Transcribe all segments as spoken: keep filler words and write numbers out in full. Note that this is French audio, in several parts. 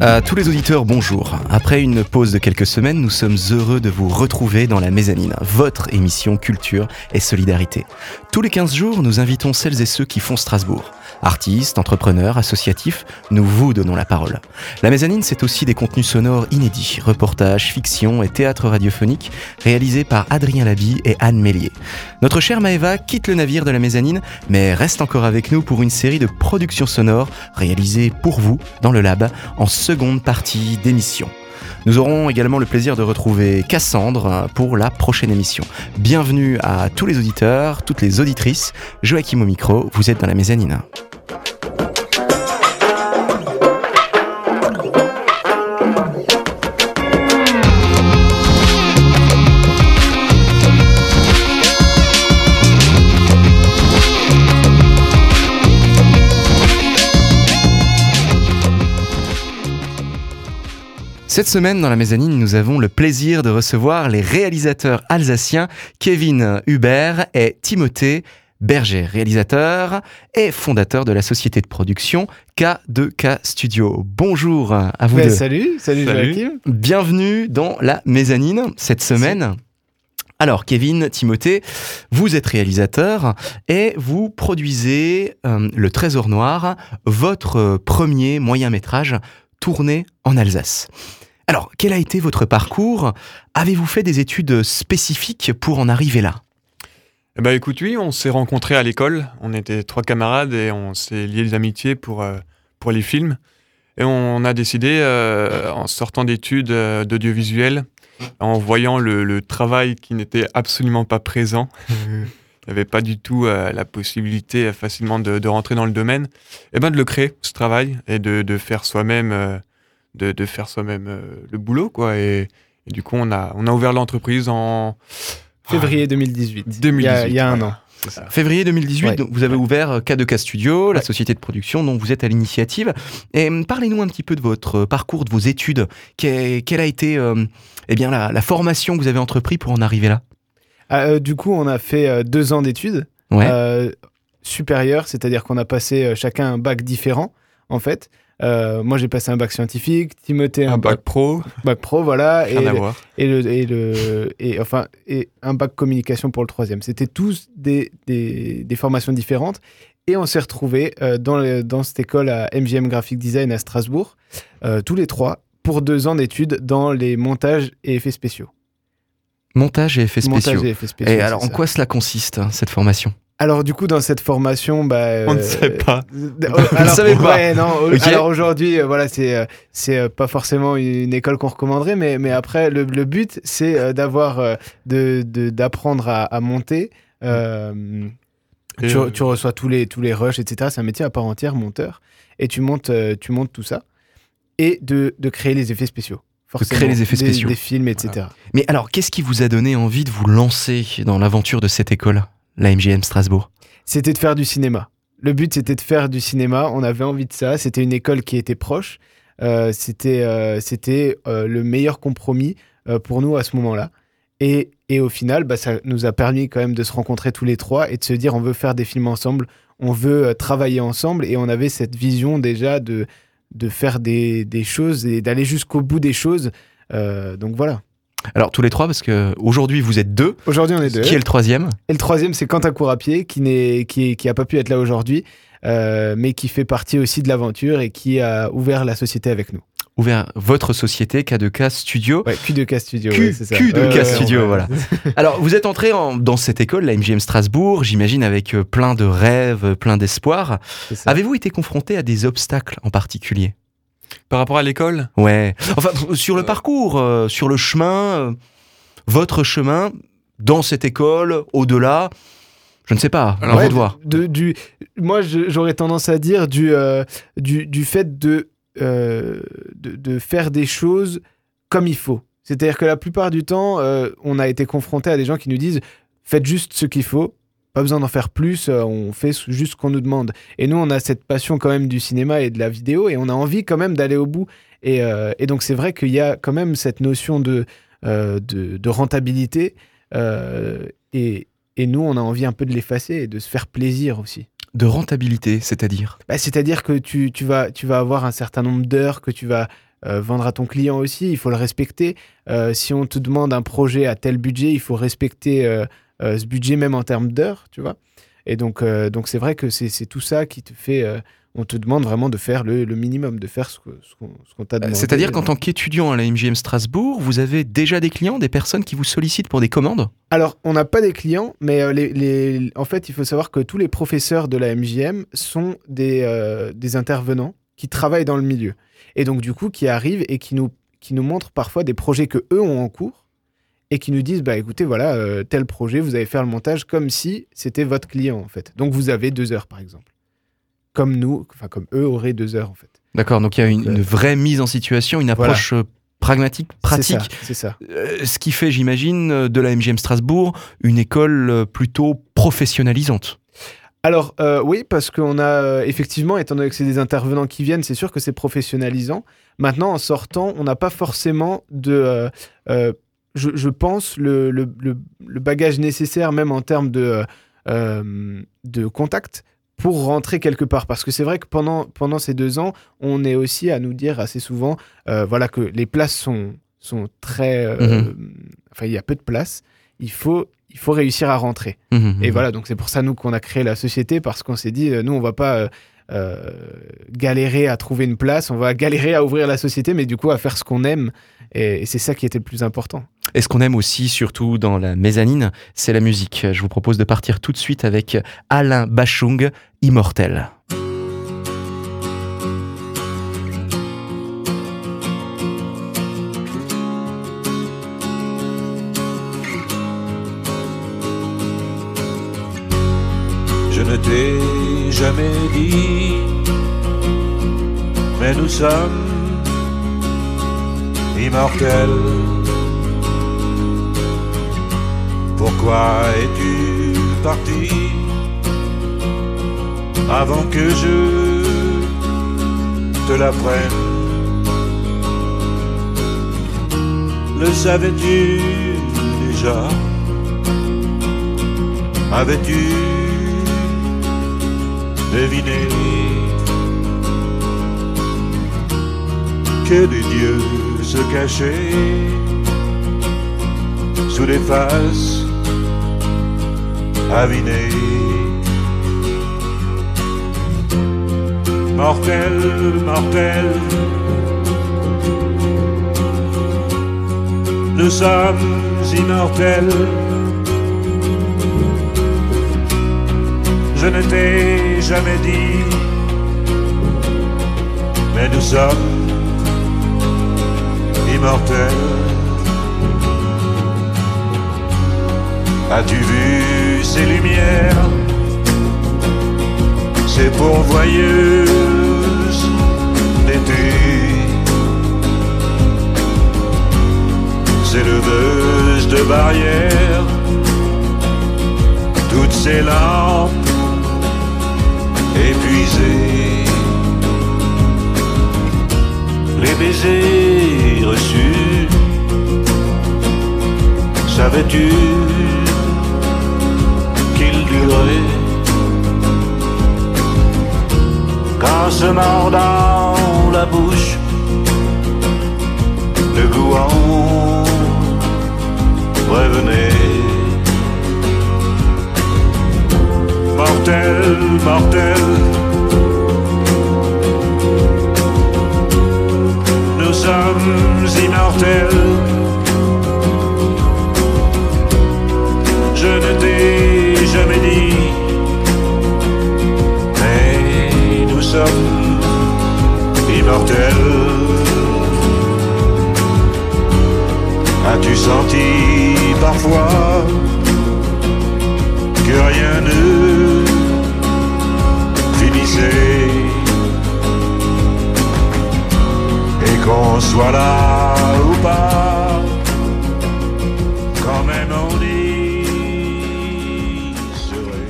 À tous les auditeurs, bonjour. Après une pause de quelques semaines, nous sommes heureux de vous retrouver dans la Mezzanine, votre émission culture et solidarité. Tous les quinze jours, nous invitons celles et ceux qui font Strasbourg. Artistes, entrepreneurs, associatifs, nous vous donnons la parole. La Mezzanine, c'est aussi des contenus sonores inédits, reportages, fiction et théâtre radiophonique réalisés par Adrien Laby et Anne Mélier. Notre chère Maëva quitte le navire de la Mezzanine, mais reste encore avec nous pour une série de productions sonores réalisées pour vous dans le Lab en seconde partie d'émission. Nous aurons également le plaisir de retrouver Cassandre pour la prochaine émission. Bienvenue à tous les auditeurs, toutes les auditrices. Joachim au micro, vous êtes dans la Mezzanine. Cette semaine, dans la Mezzanine, nous avons le plaisir de recevoir les réalisateurs alsaciens Kevin Hubert et Timothée Berger, réalisateurs et fondateurs de la société de production K deux K Studio. Bonjour à vous bah, deux. Salut, salut, salut Joachim. Bienvenue dans la Mezzanine cette semaine. Alors, Kevin, Timothée, vous êtes réalisateur et vous produisez euh, Le Trésor Noir, votre premier moyen-métrage tourné en Alsace. Alors, quel a été votre parcours ? Avez-vous fait des études spécifiques pour en arriver là ? Eh ben, écoute, oui, on s'est rencontrés à l'école. On était trois camarades et on s'est liés d'amitié pour, euh, pour les films. Et on a décidé, euh, en sortant d'études euh, d'audiovisuel, en voyant le, le travail qui n'était absolument pas présent, il n'y avait pas du tout euh, la possibilité euh, facilement de, de rentrer dans le domaine, eh ben, de le créer, ce travail, et de, de faire soi-même... Euh, de, de faire soi-même euh, le boulot, quoi. Et, et du coup, on a, on a ouvert l'entreprise en... Février deux mille dix-huit. deux mille dix-huit. Il y a, il y a un voilà. an. C'est ça. Février deux mille dix-huit, ouais. Donc vous avez ouvert K deux K Studio, ouais. La société de production dont vous êtes à l'initiative. Et parlez-nous un petit peu de votre parcours, de vos études. Quelle, quelle a été euh, eh bien, la, la formation que vous avez entreprise pour en arriver là ? euh, Du coup, on a fait euh, deux ans d'études ouais. euh, supérieures, c'est-à-dire qu'on a passé euh, chacun un bac différent, en fait. Euh, moi, j'ai passé un bac scientifique, Timothée un, un bac, bac pro, bac pro, voilà, rien et, à le, voir. et le et le et enfin et un bac communication pour le troisième. C'était tous des des, des formations différentes, et on s'est retrouvés euh, dans le, dans cette école à M G M Graphic Design à Strasbourg, euh, tous les trois pour deux ans d'études dans les montages et effets spéciaux. Montage et effets spéciaux. Montage et effets spéciaux. Et alors, en quoi cela consiste cette formation ? Alors du coup, dans cette formation, bah, euh, on ne sait pas. Euh, alors, ne savez pas. Ouais, non. Okay. Alors aujourd'hui, euh, voilà, c'est euh, c'est euh, pas forcément une école qu'on recommanderait, mais mais après, le, le but, c'est euh, d'avoir euh, de, de d'apprendre à, à monter. Euh, tu, euh... tu reçois tous les tous les rushs, et cetera. C'est un métier à part entière, monteur, et tu montes euh, tu montes tout ça, et de de créer les effets spéciaux. De créer les effets spéciaux, des, des films, et cetera. Voilà. Mais alors, qu'est-ce qui vous a donné envie de vous lancer dans l'aventure de cette école ? La M G M Strasbourg. C'était de faire du cinéma. Le but, c'était de faire du cinéma. On avait envie de ça. C'était une école qui était proche. Euh, c'était euh, c'était euh, le meilleur compromis euh, pour nous à ce moment-là. Et, et au final, bah, ça nous a permis quand même de se rencontrer tous les trois et de se dire on veut faire des films ensemble, on veut euh, travailler ensemble. Et on avait cette vision déjà de, de faire des, des choses et d'aller jusqu'au bout des choses. Euh, donc voilà. Alors tous les trois, parce qu'aujourd'hui vous êtes deux. Aujourd'hui on est deux. Qui est le troisième ? Et le troisième c'est Quentin Courapier qui n'est qui, qui a pas pu être là aujourd'hui, euh, mais qui fait partie aussi de l'aventure et qui a ouvert la société avec nous. Ouvert votre société K deux K Studio. Ouais, Q deux K Studio. Q, ouais, c'est ça. Q deux K euh, Studio, ouais. Voilà. Alors vous êtes entré en, dans cette école, la M G M Strasbourg, j'imagine avec plein de rêves, plein d'espoir. Avez-vous été confronté à des obstacles en particulier ? Par rapport à l'école ? Ouais. Enfin, sur le parcours, euh, sur le chemin, euh, votre chemin dans cette école, au-delà, je ne sais pas, à ouais, vous de voir. De, du, moi, je, j'aurais tendance à dire du, euh, du, du fait de, euh, de, de faire des choses comme il faut. C'est-à-dire que la plupart du temps, euh, on a été confronté à des gens qui nous disent « faites juste ce qu'il faut ». Pas besoin d'en faire plus, on fait juste ce qu'on nous demande. Et nous, on a cette passion quand même du cinéma et de la vidéo, et on a envie quand même d'aller au bout. Et, euh, et donc, c'est vrai qu'il y a quand même cette notion de, euh, de, de rentabilité. Euh, et, et nous, on a envie un peu de l'effacer et de se faire plaisir aussi. De rentabilité, c'est-à-dire ? Bah, c'est-à-dire que tu, tu, vas, tu vas avoir un certain nombre d'heures que tu vas euh, vendre à ton client aussi, il faut le respecter. Euh, si on te demande un projet à tel budget, il faut respecter euh, euh, ce budget même en termes d'heures, tu vois. Et donc, euh, donc c'est vrai que c'est, c'est tout ça qui te fait... Euh, on te demande vraiment de faire le, le minimum, de faire ce, que, ce, qu'on, ce qu'on t'a demandé. C'est-à-dire qu'en tant qu'étudiant à la M J M Strasbourg, vous avez déjà des clients, des personnes qui vous sollicitent pour des commandes ? Alors, on n'a pas des clients, mais euh, les, les, en fait, il faut savoir que tous les professeurs de la M J M sont des, euh, des intervenants qui travaillent dans le milieu. Et donc, du coup, qui arrivent et qui nous, qui nous montrent parfois des projets qu'eux ont en cours et qui nous disent, bah écoutez, voilà, euh, tel projet, vous allez faire le montage comme si c'était votre client, en fait. Donc, vous avez deux heures, par exemple. Comme nous, enfin, comme eux auraient deux heures, en fait. D'accord, donc il y a une, donc, euh, une vraie mise en situation, une approche voilà. pragmatique, pratique. C'est ça, c'est ça. Euh, ce qui fait, j'imagine, de la M J M Strasbourg une école plutôt professionnalisante. Alors euh, oui, parce qu'on a euh, effectivement, étant donné que c'est des intervenants qui viennent, c'est sûr que c'est professionnalisant. Maintenant, en sortant, on n'a pas forcément de, euh, euh, je, je pense, le, le, le, le bagage nécessaire, même en termes de, euh, de contact, pour rentrer quelque part. Parce que c'est vrai que pendant, pendant ces deux ans, on est aussi à nous dire assez souvent euh, voilà, que les places sont, sont très... Euh, mm-hmm. Enfin, il y a peu de places. Il faut... il faut réussir à rentrer. Mmh, et mmh. voilà, donc c'est pour ça, nous, qu'on a créé la société, parce qu'on s'est dit, nous, on va pas euh, euh, galérer à trouver une place, on va galérer à ouvrir la société, mais du coup, à faire ce qu'on aime. Et, et c'est ça qui était le plus important. Et ce qu'on aime aussi, surtout dans la mezzanine, c'est la musique. Je vous propose de partir tout de suite avec Alain Bachung, Immortel. Je ne t'ai jamais dit, mais nous sommes immortels. Pourquoi es-tu parti avant que je te l'apprenne? Le savais-tu déjà? Avais-tu devinez que des dieux se cachaient sous des faces avinées. Mortel, mortel, nous sommes immortels. Je ne t'ai jamais dit, mais nous sommes immortels. As-tu vu ces lumières, ces pourvoyeuses d'été, ces leveuses de barrières, toutes ces lampes épuisé, les baisers reçus, savais-tu qu'ils duraient? Qu'en se mordant la bouche, le goût en revenait. Mortel, mortel, nous sommes immortels. Je ne t'ai jamais dit, mais nous sommes immortels. As-tu senti parfois que rien ne finissait et qu'on soit là ou pas, quand même on y serait.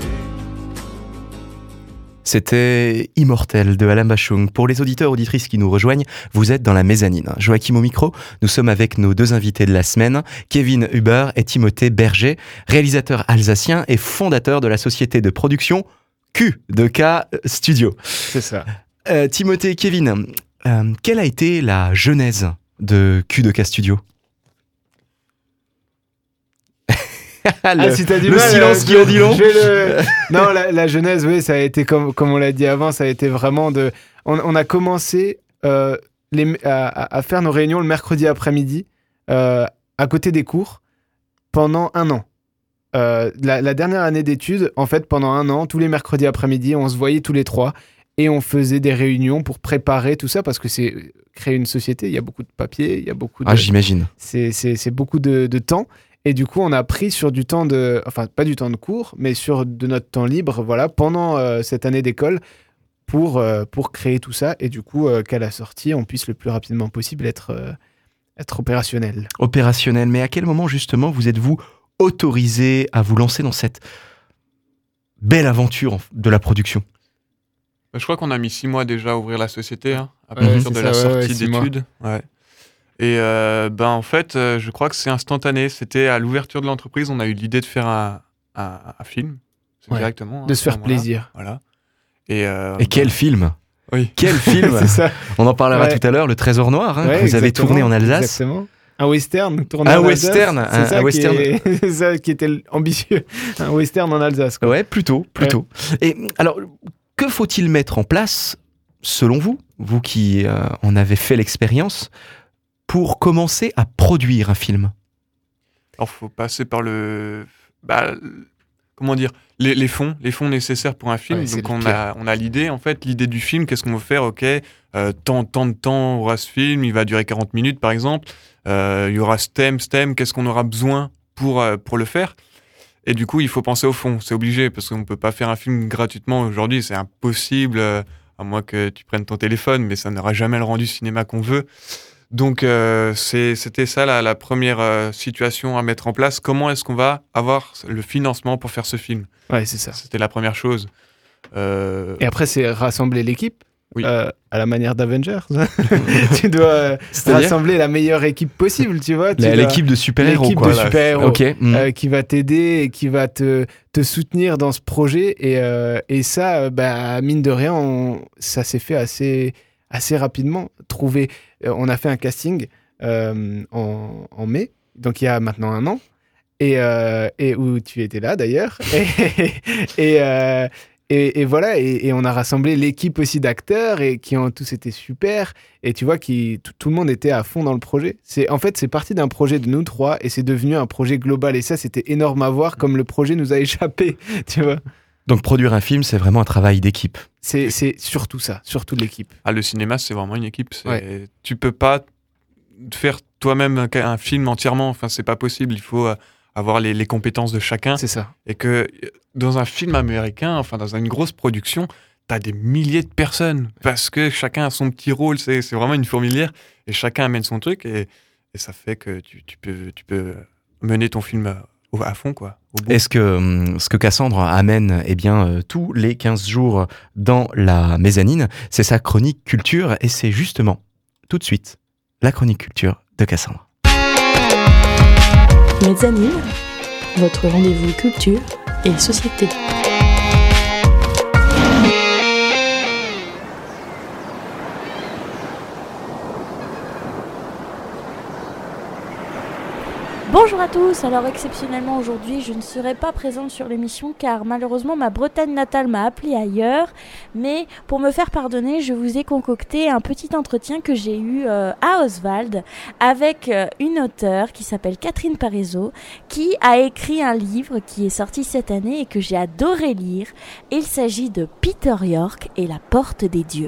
C'était Immortel de Alain Bachung. Pour les auditeurs auditrices qui nous rejoignent, vous êtes dans la mezzanine. Joachim au micro, nous sommes avec nos deux invités de la semaine, Kevin Huber et Timothée Berger, réalisateurs alsaciens et fondateurs de la société de production Q de K Studio. C'est ça. Euh, Timothée et Kevin, Euh, quelle a été la genèse de Q deux K Studio? le, Ah, si t'as du le mal, silence euh, qui en dit long. je vais le- Non, la, la genèse, oui, ça a été comme, comme on l'a dit avant, ça a été vraiment de. On, on a commencé euh, les, à, à faire nos réunions le mercredi après-midi, euh, à côté des cours, pendant un an. Euh, la, la dernière année d'études, en fait, pendant un an, tous les mercredis après-midi, on se voyait tous les trois et on faisait des réunions pour préparer tout ça parce que c'est créer une société, il y a beaucoup de papier, il y a beaucoup de. Ah, j'imagine. C'est, c'est, c'est beaucoup de, de temps. Et du coup, on a pris sur du temps de... Enfin, pas du temps de cours, mais sur de notre temps libre, voilà, pendant euh, cette année d'école, pour, euh, pour créer tout ça. Et du coup, euh, qu'à la sortie, on puisse le plus rapidement possible être, euh, être opérationnel. Opérationnel. Mais à quel moment, justement, vous êtes-vous autorisé à vous lancer dans cette belle aventure de la production? Je crois qu'on a mis six mois déjà à ouvrir la société, hein, à Ouais, partir c'est de ça, la ouais, sortie ouais, six mois. d'études. Ouais. Et euh, ben en fait, euh, je crois que c'est instantané. C'était à l'ouverture de l'entreprise, on a eu l'idée de faire un, un, un film, c'est Ouais. directement. hein, De à se ce faire moment-là. plaisir. Voilà. Et, euh, Et quel ben, film Oui. Quel film C'est ça. On en parlera Ouais. tout à l'heure, Le Trésor Noir, hein, Ouais, que vous avez exactement, tourné en Alsace. Exactement. Un western tourné Un en Alsace. western, C'est un- ça un qui western. est- C'est ça qui était ambitieux. Un western en Alsace, quoi. Ouais, plutôt, plutôt. Et alors, que faut-il mettre en place, selon vous, vous qui euh, en avez fait l'expérience, pour commencer à produire un film? Alors, faut passer par le, bah, le- comment dire, les, les fonds, les fonds nécessaires pour un film. Ouais, c'est Donc le on pire. a, on a l'idée, en fait, l'idée du film. Qu'est-ce qu'on veut faire? Ok, euh, tant, tant de temps aura ce film. Il va durer quarante minutes, par exemple. Euh, il y aura ce thème, ce thème. Qu'est-ce qu'on aura besoin pour euh, pour le faire? Et du coup, il faut penser au fond. C'est obligé parce qu'on peut pas faire un film gratuitement aujourd'hui. C'est impossible, euh, à moins que tu prennes ton téléphone, mais ça n'aura jamais le rendu cinéma qu'on veut. Donc, euh, c'est, c'était ça la, la première euh, situation à mettre en place. Comment est-ce qu'on va avoir le financement pour faire ce film? Ouais, c'est ça. C'était la première chose. Euh, Et après, c'est rassembler l'équipe. Oui. euh, à la manière d'Avengers. Tu dois euh, C'est-à-dire rassembler la meilleure équipe possible, tu vois. Tu La- dois- L'équipe de super-héros, l'équipe quoi. de Voilà, super-héros Ok. mm. euh, qui va t'aider et qui va te, te soutenir dans ce projet. Et, euh, et ça, euh, bah, mine de rien, on- ça s'est fait assez, assez rapidement. Trouver, euh, on a fait un casting euh, en, en mai, donc il y a maintenant un an, et, euh, et où tu étais là d'ailleurs. Et, et, euh, et, et voilà, et, et on a rassemblé l'équipe aussi d'acteurs et qui ont tous été super. Et tu vois, qui, tout, tout le monde était à fond dans le projet. C'est, en fait, c'est parti d'un projet de nous trois et c'est devenu un projet global. Et ça, c'était énorme à voir comme le projet nous a échappé, tu vois. Donc, produire un film, c'est vraiment un travail d'équipe. C'est, c'est surtout ça, surtout l'équipe. ah, le cinéma, c'est vraiment une équipe. C'est, Ouais. Tu peux pas faire toi-même un, un film entièrement. Enfin, c'est pas possible. Il faut euh, avoir les, les compétences de chacun. C'est ça. Et que euh, dans un film américain, enfin dans une grosse production, t'as des milliers de personnes parce que chacun a son petit rôle. C'est, c'est vraiment une fourmilière et chacun amène son truc et, et ça fait que tu, tu peux, tu peux mener ton film à, au- à fond, quoi. Au bout. Est-ce que hum, ce que Cassandre amène eh bien, euh, tous les quinze jours dans la mezzanine, c'est sa chronique culture et c'est justement tout de suite la chronique culture de Cassandre. Mezzanine, votre rendez-vous culture et société. Bonjour à tous, alors exceptionnellement aujourd'hui je ne serai pas présente sur l'émission car malheureusement ma Bretagne natale m'a appelée ailleurs, mais pour me faire pardonner je vous ai concocté un petit entretien que j'ai eu euh, à Oswald avec euh, une auteure qui s'appelle Catherine Parizeau qui a écrit un livre qui est sorti cette année et que j'ai adoré lire. Il s'agit de Peter York et la porte des dieux.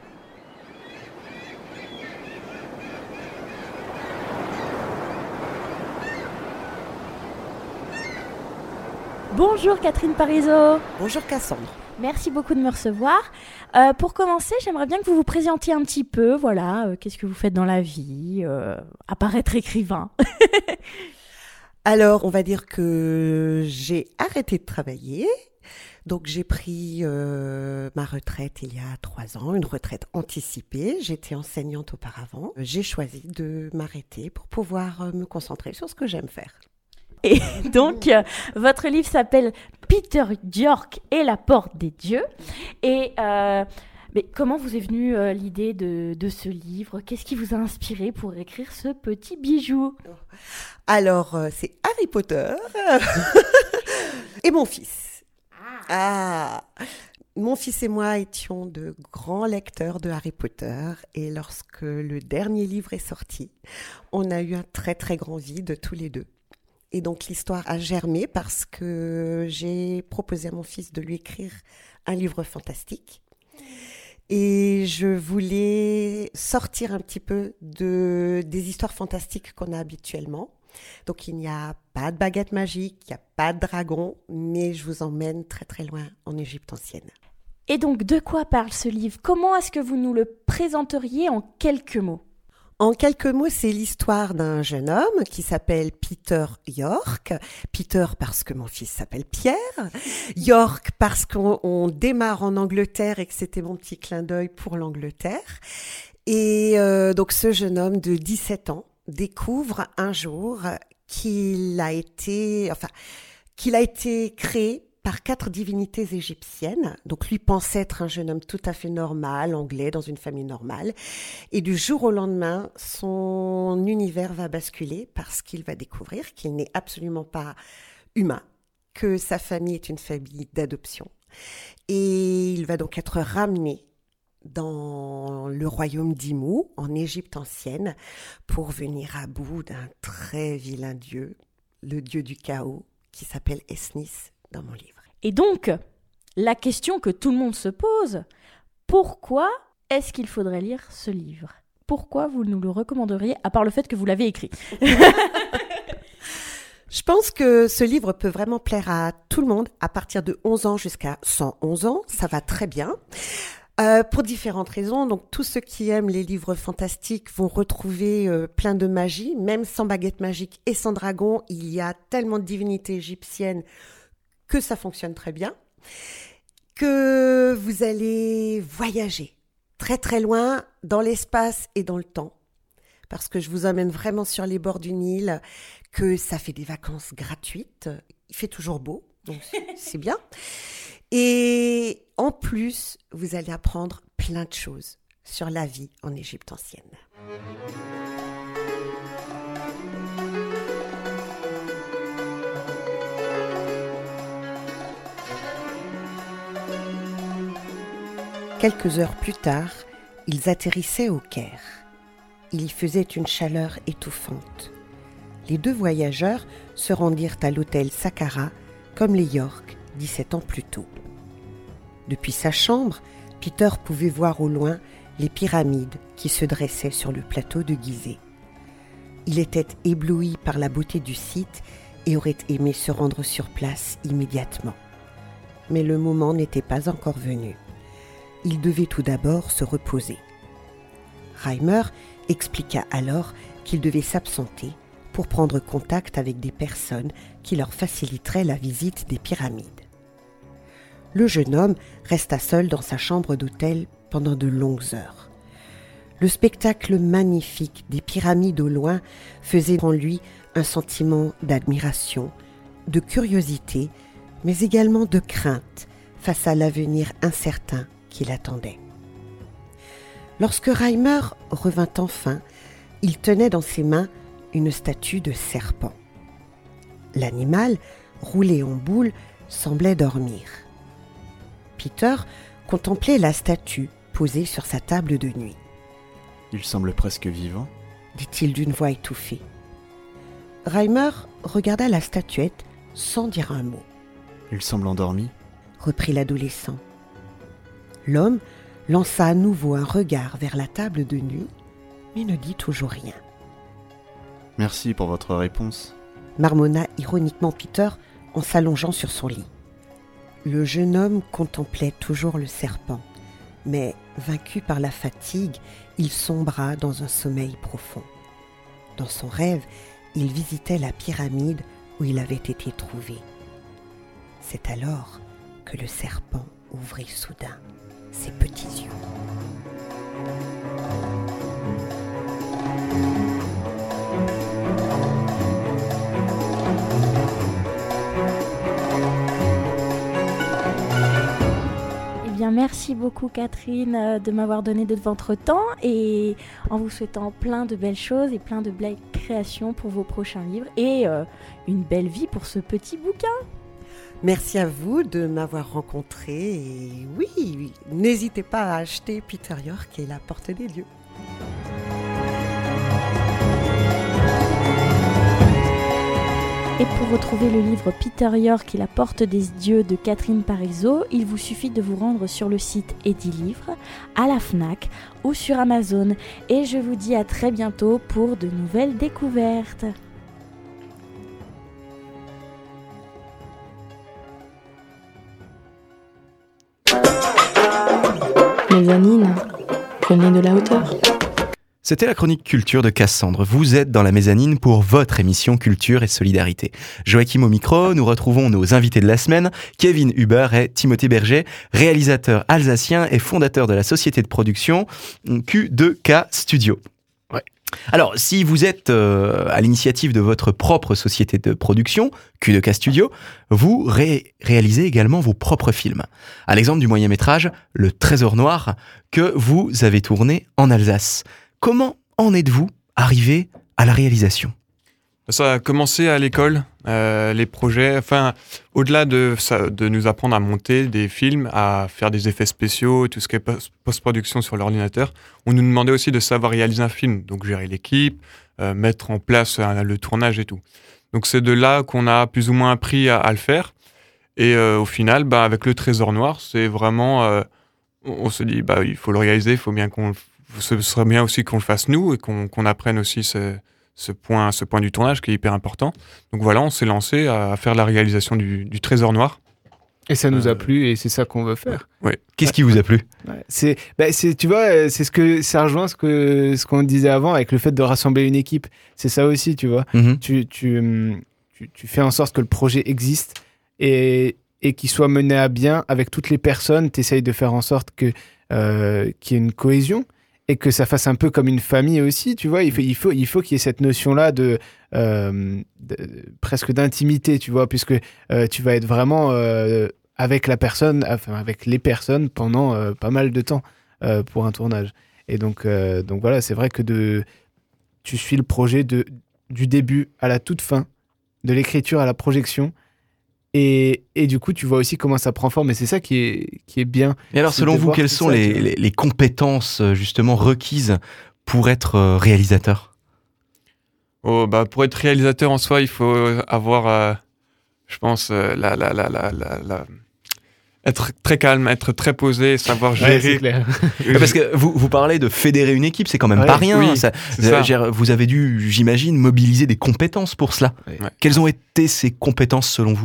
Bonjour Catherine Parizeau. Bonjour Cassandre. Merci beaucoup de me recevoir. Euh, pour commencer, j'aimerais bien que vous vous présentiez un petit peu. Voilà, euh, qu'est-ce que vous faites dans la vie, euh, à part être écrivain. Alors, on va dire que j'ai arrêté de travailler. Donc, j'ai pris euh, ma retraite il y a trois ans, une retraite anticipée. J'étais enseignante auparavant. J'ai choisi de m'arrêter pour pouvoir euh, me concentrer sur ce que j'aime faire. Et donc, euh, votre livre s'appelle Peter York et la porte des dieux. Et euh, Mais comment vous est venue euh, l'idée de, de ce livre? Qu'est-ce qui vous a inspiré pour écrire ce petit bijou? Alors, euh, c'est Harry Potter et mon fils. Ah, mon fils et moi étions de grands lecteurs de Harry Potter et lorsque le dernier livre est sorti, on a eu un très très grand vide tous les deux. Et donc l'histoire a germé parce que j'ai proposé à mon fils de lui écrire un livre fantastique. Et je voulais sortir un petit peu de, des histoires fantastiques qu'on a habituellement. Donc il n'y a pas de baguette magique, il n'y a pas de dragon, mais je vous emmène très très loin en Égypte ancienne. Et donc de quoi parle ce livre? Comment est-ce que vous nous le présenteriez en quelques mots? En quelques mots, c'est l'histoire d'un jeune homme qui s'appelle Peter York. Peter parce que mon fils s'appelle Pierre. York parce qu'on on démarre en Angleterre et que c'était mon petit clin d'œil pour l'Angleterre. Et euh, donc ce jeune homme de dix-sept ans découvre un jour qu'il a été, enfin, qu'il a été créé par quatre divinités égyptiennes. Donc lui pensait être un jeune homme tout à fait normal, anglais, dans une famille normale. Et du jour au lendemain, son univers va basculer parce qu'il va découvrir qu'il n'est absolument pas humain, que sa famille est une famille d'adoption. Et il va donc être ramené dans le royaume d'Imou, en Égypte ancienne, pour venir à bout d'un très vilain dieu, le dieu du chaos, qui s'appelle Esnis dans mon livre. Et donc, la question que tout le monde se pose, pourquoi est-ce qu'il faudrait lire ce livre? Pourquoi vous nous le recommanderiez, à part le fait que vous l'avez écrit? Je pense que ce livre peut vraiment plaire à tout le monde, à partir de onze ans jusqu'à cent onze ans, ça va très bien. Euh, pour différentes raisons, donc tous ceux qui aiment les livres fantastiques vont retrouver euh, plein de magie, même sans baguette magique et sans dragon, il y a tellement de divinités égyptiennes que ça fonctionne très bien, que vous allez voyager très très loin dans l'espace et dans le temps, parce que je vous emmène vraiment sur les bords du Nil, que ça fait des vacances gratuites, il fait toujours beau, donc c'est bien. Et en plus, vous allez apprendre plein de choses sur la vie en Égypte ancienne. Quelques heures plus tard, ils atterrissaient au Caire. Il y faisait une chaleur étouffante. Les deux voyageurs se rendirent à l'hôtel Saqqara, comme les York, dix-sept ans plus tôt. Depuis sa chambre, Peter pouvait voir au loin les pyramides qui se dressaient sur le plateau de Gizeh. Il était ébloui par la beauté du site et aurait aimé se rendre sur place immédiatement. Mais le moment n'était pas encore venu. Il devait tout d'abord se reposer. Reimer expliqua alors qu'il devait s'absenter pour prendre contact avec des personnes qui leur faciliteraient la visite des pyramides. Le jeune homme resta seul dans sa chambre d'hôtel pendant de longues heures. Le spectacle magnifique des pyramides au loin faisait en lui un sentiment d'admiration, de curiosité, mais également de crainte face à l'avenir incertain qui l'attendait. Lorsque Reimer revint enfin, il tenait dans ses mains une statue de serpent. L'animal, roulé en boule, semblait dormir. Peter contemplait la statue posée sur sa table de nuit. « Il semble presque vivant » dit-il d'une voix étouffée. Reimer regarda la statuette sans dire un mot. « Il semble endormi » reprit l'adolescent. L'homme lança à nouveau un regard vers la table de nuit, mais ne dit toujours rien. « Merci pour votre réponse » marmonna ironiquement Peter en s'allongeant sur son lit. Le jeune homme contemplait toujours le serpent, mais vaincu par la fatigue, il sombra dans un sommeil profond. Dans son rêve, il visitait la pyramide où il avait été trouvé. C'est alors que le serpent ouvrit soudain ses petits yeux. merci beaucoup Catherine euh, de m'avoir donné de votre temps et en vous souhaitant plein de belles choses et plein de belles créations pour vos prochains livres et euh, une belle vie pour ce petit bouquin. Merci à vous de m'avoir rencontré et oui, oui, n'hésitez pas à acheter Peter York et La Porte des Dieux. Et pour retrouver le livre Peter York et La Porte des Dieux de Catherine Parizeau, il vous suffit de vous rendre sur le site Edilivre, à la Fnac ou sur Amazon. Et je vous dis à très bientôt pour de nouvelles découvertes. Mezzanine, prenez de la hauteur. C'était la chronique culture de Cassandre. Vous êtes dans la mezzanine pour votre émission Culture et Solidarité. Joachim au micro, nous retrouvons nos invités de la semaine, Kevin Huber et Timothée Berger, réalisateurs alsaciens et fondateurs de la société de production Q deux K Studio. Ouais. Alors, si vous êtes euh, à l'initiative de votre propre société de production, Q deux K Studio, vous ré- réalisez également vos propres films. À l'exemple du moyen-métrage Le Trésor Noir que vous avez tourné en Alsace. Comment en êtes-vous arrivé à la réalisation ? Ça a commencé à l'école, euh, les projets, enfin, au-delà de, ça, de nous apprendre à monter des films, à faire des effets spéciaux, tout ce qui est post-production sur l'ordinateur, on nous demandait aussi de savoir réaliser un film, donc gérer l'équipe, euh, mettre en place euh, le tournage et tout. Donc c'est de là qu'on a plus ou moins appris à, à le faire. Et euh, au final, bah, avec Le Trésor Noir, c'est vraiment... Euh, on, on se dit, bah, il faut le réaliser, il faut bien qu'on... Ce serait bien aussi qu'on le fasse nous et qu'on, qu'on apprenne aussi ce, ce, point, ce point du tournage qui est hyper important. Donc voilà, on s'est lancé à faire la réalisation du, du Trésor Noir. Et ça nous Euh, a plu et c'est ça qu'on veut faire. Ouais. Qu'est-ce qui vous a plu ? Ouais. C'est, bah, c'est, tu vois, c'est ce que ça rejoint ce que ce qu'on disait avant avec le fait de rassembler une équipe. C'est ça aussi, tu vois. Mhm. Tu, tu, tu, tu fais en sorte que le projet existe et, et qu'il soit mené à bien avec toutes les personnes. Tu essayes de faire en sorte que, euh, qu'il y ait une cohésion. Et que ça fasse un peu comme une famille aussi, tu vois. Il faut, il faut, il faut qu'il y ait cette notion-là de, euh, de presque d'intimité, tu vois, puisque euh, tu vas être vraiment euh, avec la personne, enfin avec les personnes pendant euh, pas mal de temps euh, pour un tournage. Et donc, euh, donc voilà, c'est vrai que de, tu suis le projet de, du début à la toute fin, de l'écriture à la projection. Et, et du coup, tu vois aussi comment ça prend forme. Et c'est ça qui est, qui est bien. Et alors, C'est selon de vous, voir quelles tout sont ça, les, tu vois. les, les compétences justement requises pour être euh, réalisateur ? Oh, bah, pour être réalisateur en soi, il faut avoir, euh, je pense, euh, la, la, la, la, la, la... être très calme, être très posé, savoir Ouais, gérer. c'est clair. Parce que vous, vous parlez de fédérer une équipe, c'est quand même Ouais, pas rien. oui, ça, c'est ça. euh, j'ai- vous avez dû, j'imagine, mobiliser des compétences pour cela. Ouais. Ouais. Quelles ont été ces compétences selon vous ?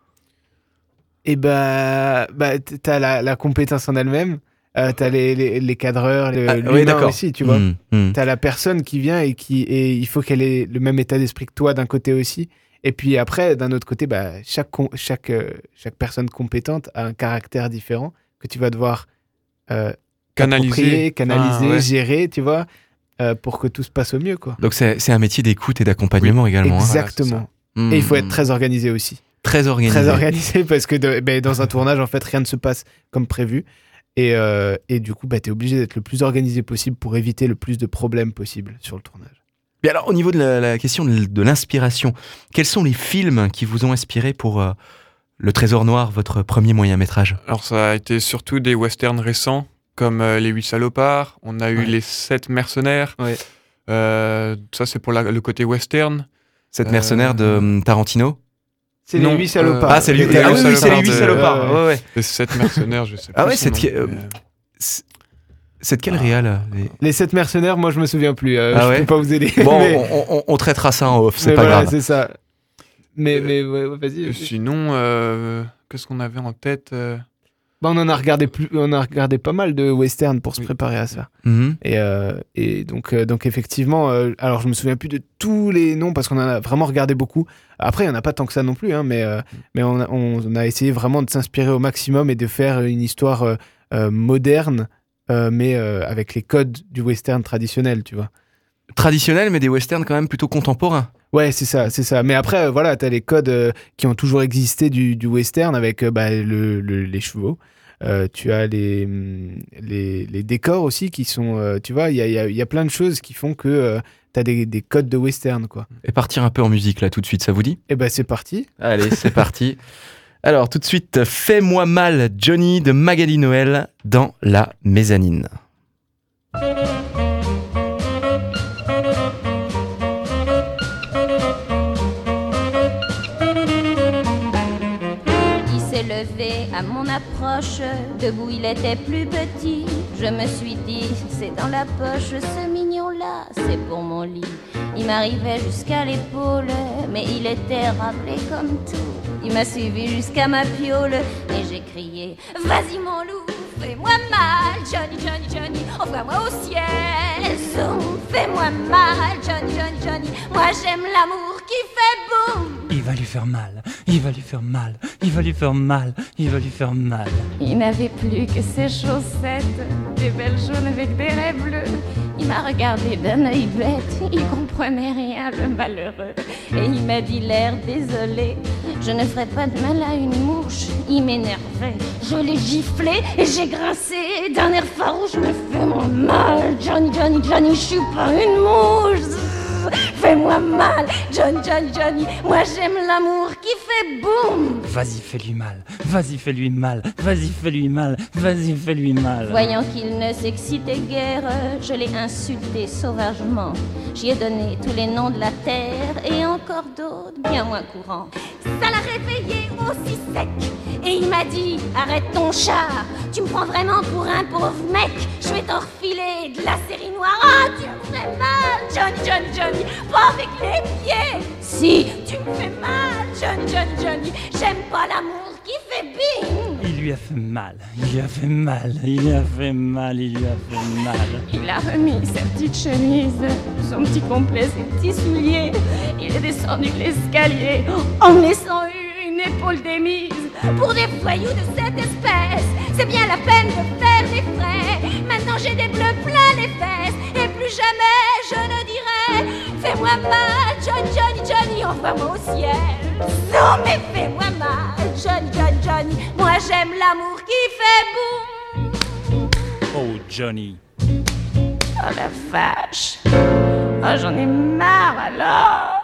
Et bah, bah t- t'as la, la compétence en elle-même, euh, t'as les, les, les cadreurs, le, Ah, l'humain oui, d'accord. aussi, tu vois. Mmh, mmh. T'as la personne qui vient et qui et il faut qu'elle ait le même état d'esprit que toi d'un côté aussi. Et puis après, d'un autre côté, bah, chaque, com- chaque, euh, chaque personne compétente a un caractère différent que tu vas devoir euh, Canaliser. approprier, canaliser, Ah, ouais. gérer, tu vois, euh, pour que tout se passe au mieux, quoi. Donc c'est, c'est un métier d'écoute et d'accompagnement également. hein. Exactement. Mmh. Et il faut être très organisé aussi. très organisé. Très organisé parce que de- ben, dans un tournage, en fait, rien ne se passe comme prévu. Et, euh, et du coup, bah, tu es obligé d'être le plus organisé possible pour éviter le plus de problèmes possible sur le tournage. Et alors, au niveau de la, la question de, de l'inspiration, quels sont les films qui vous ont inspiré pour euh, Le Trésor Noir, votre premier moyen-métrage ? Alors ça a été surtout des westerns récents, comme euh, Les Huit Salopards, on a eu Ouais. Les Sept Mercenaires, Ouais. Euh, ça c'est pour la- le côté western. Cette Euh, mercenaire de hum, Tarantino ? C'est Non, les huit salopards. euh, Ah, c'est les, les ah oui, huit oui, c'est les salopards huit de- salopards. Ouais, Ouais, ouais. Les Sept Mercenaires, je sais pas. Ah ouais, son c'est nom, de- euh, mais, euh, C'est c'est de quel Ah. réal les- Les sept mercenaires, moi, je me souviens plus. Euh, Ah je ouais peux pas vous aider. Bon, mais, on, on- on traitera ça en off, c'est mais pas voilà, grave. c'est ça. Mais, Euh, mais ouais, ouais, vas-y. et vas-y. sinon, euh, qu'est-ce qu'on avait en tête euh, Bah, on en a regardé plus, on a regardé pas mal de westerns pour se Oui. préparer à ça. Mhm. Et, euh, et donc, euh, donc effectivement, euh, alors je me souviens plus de tous les noms parce qu'on en a vraiment regardé beaucoup. Après, il n'y en a pas tant que ça non plus, hein, mais, euh, mais on, a, on a essayé vraiment de s'inspirer au maximum et de faire une histoire euh, euh, moderne, euh, mais euh, avec les codes du western traditionnel, tu vois. Traditionnel, mais des westerns quand même plutôt contemporains. Ouais, c'est ça, c'est ça. Mais après, euh, voilà, t'as les codes euh, qui ont toujours existé du, du western avec euh, bah, le, le- les chevaux, Euh, tu as les, les, les décors aussi qui sont... euh, tu vois, il y a, il y a- il y a plein de choses qui font que euh, tu as des, des codes de western, quoi. Et partir un peu en musique là tout de suite, ça vous dit ? Et ben c'est parti. Allez, c'est parti. Alors tout de suite, Fais-moi mal Johnny de Magali Noël dans la mezzanine. Il s'est levé à mon approche, debout il était plus petit. Je me suis dit, c'est dans la poche, ce mignon-là, c'est pour mon lit. Il m'arrivait jusqu'à l'épaule, mais il était rappelé comme tout. Il m'a suivi jusqu'à ma piole, et j'ai crié, vas-y mon loup, fais-moi mal, Johnny, Johnny, Johnny, envoie-moi au ciel. Zoom, fais-moi mal, Johnny, Johnny, Johnny, moi j'aime l'amour qui fait boum. Il va lui faire mal, il va lui faire mal, il va lui faire mal, il va lui faire mal. Il n'avait plus que ses chaussettes, des belles jaunes avec des raies bleues. Il m'a regardé d'un œil bête, il comprenait rien, le malheureux. Et il m'a dit l'air désolé, je ne ferai pas de mal à une mouche. Il m'énervait, je l'ai giflé et j'ai grincé d'un air farouche. Me fais-moi mal, Johnny, Johnny, Johnny, je suis pas une mouche. Fais-moi mal, Johnny, Johnny, Johnny, moi j'aime l'amour qui fait boum. Vas-y, fais-lui mal, vas-y, fais-lui mal, vas-y, fais-lui mal, vas-y, fais-lui mal. Voyant qu'il ne s'excitait guère, je l'ai insulté sauvagement. J'y ai donné tous les noms de la terre et encore d'autres bien moins courants. Ça l'a réveillé aussi sec et il m'a dit arrête ton char, tu me prends vraiment pour un pauvre mec. Je vais t'en refiler de la série noire. Ah, tu me fais mal, Johnny, Johnny, Johnny, pas avec les pieds. Si, tu me fais mal, Johnny, Johnny, Johnny, j'aime pas l'amour qui fait bing. Il lui a fait mal, il lui a fait mal, il lui a fait mal, il lui a fait mal. Il a remis sa petite chemise, son petit complet, ses petits souliers. Il est descendu l'escalier en me laissant une épaule démise. Pour des voyous de cette espèce, c'est bien la peine de faire des frais. Maintenant j'ai des bleus plein les fesses et plus jamais je ne dirai fais-moi mal, Johnny, Johnny, Johnny, envoie-moi au ciel. Non mais fais-moi mal, Johnny, Johnny, Johnny, moi j'aime l'amour qui fait boum. Oh Johnny. Oh la vache. Oh j'en ai marre alors.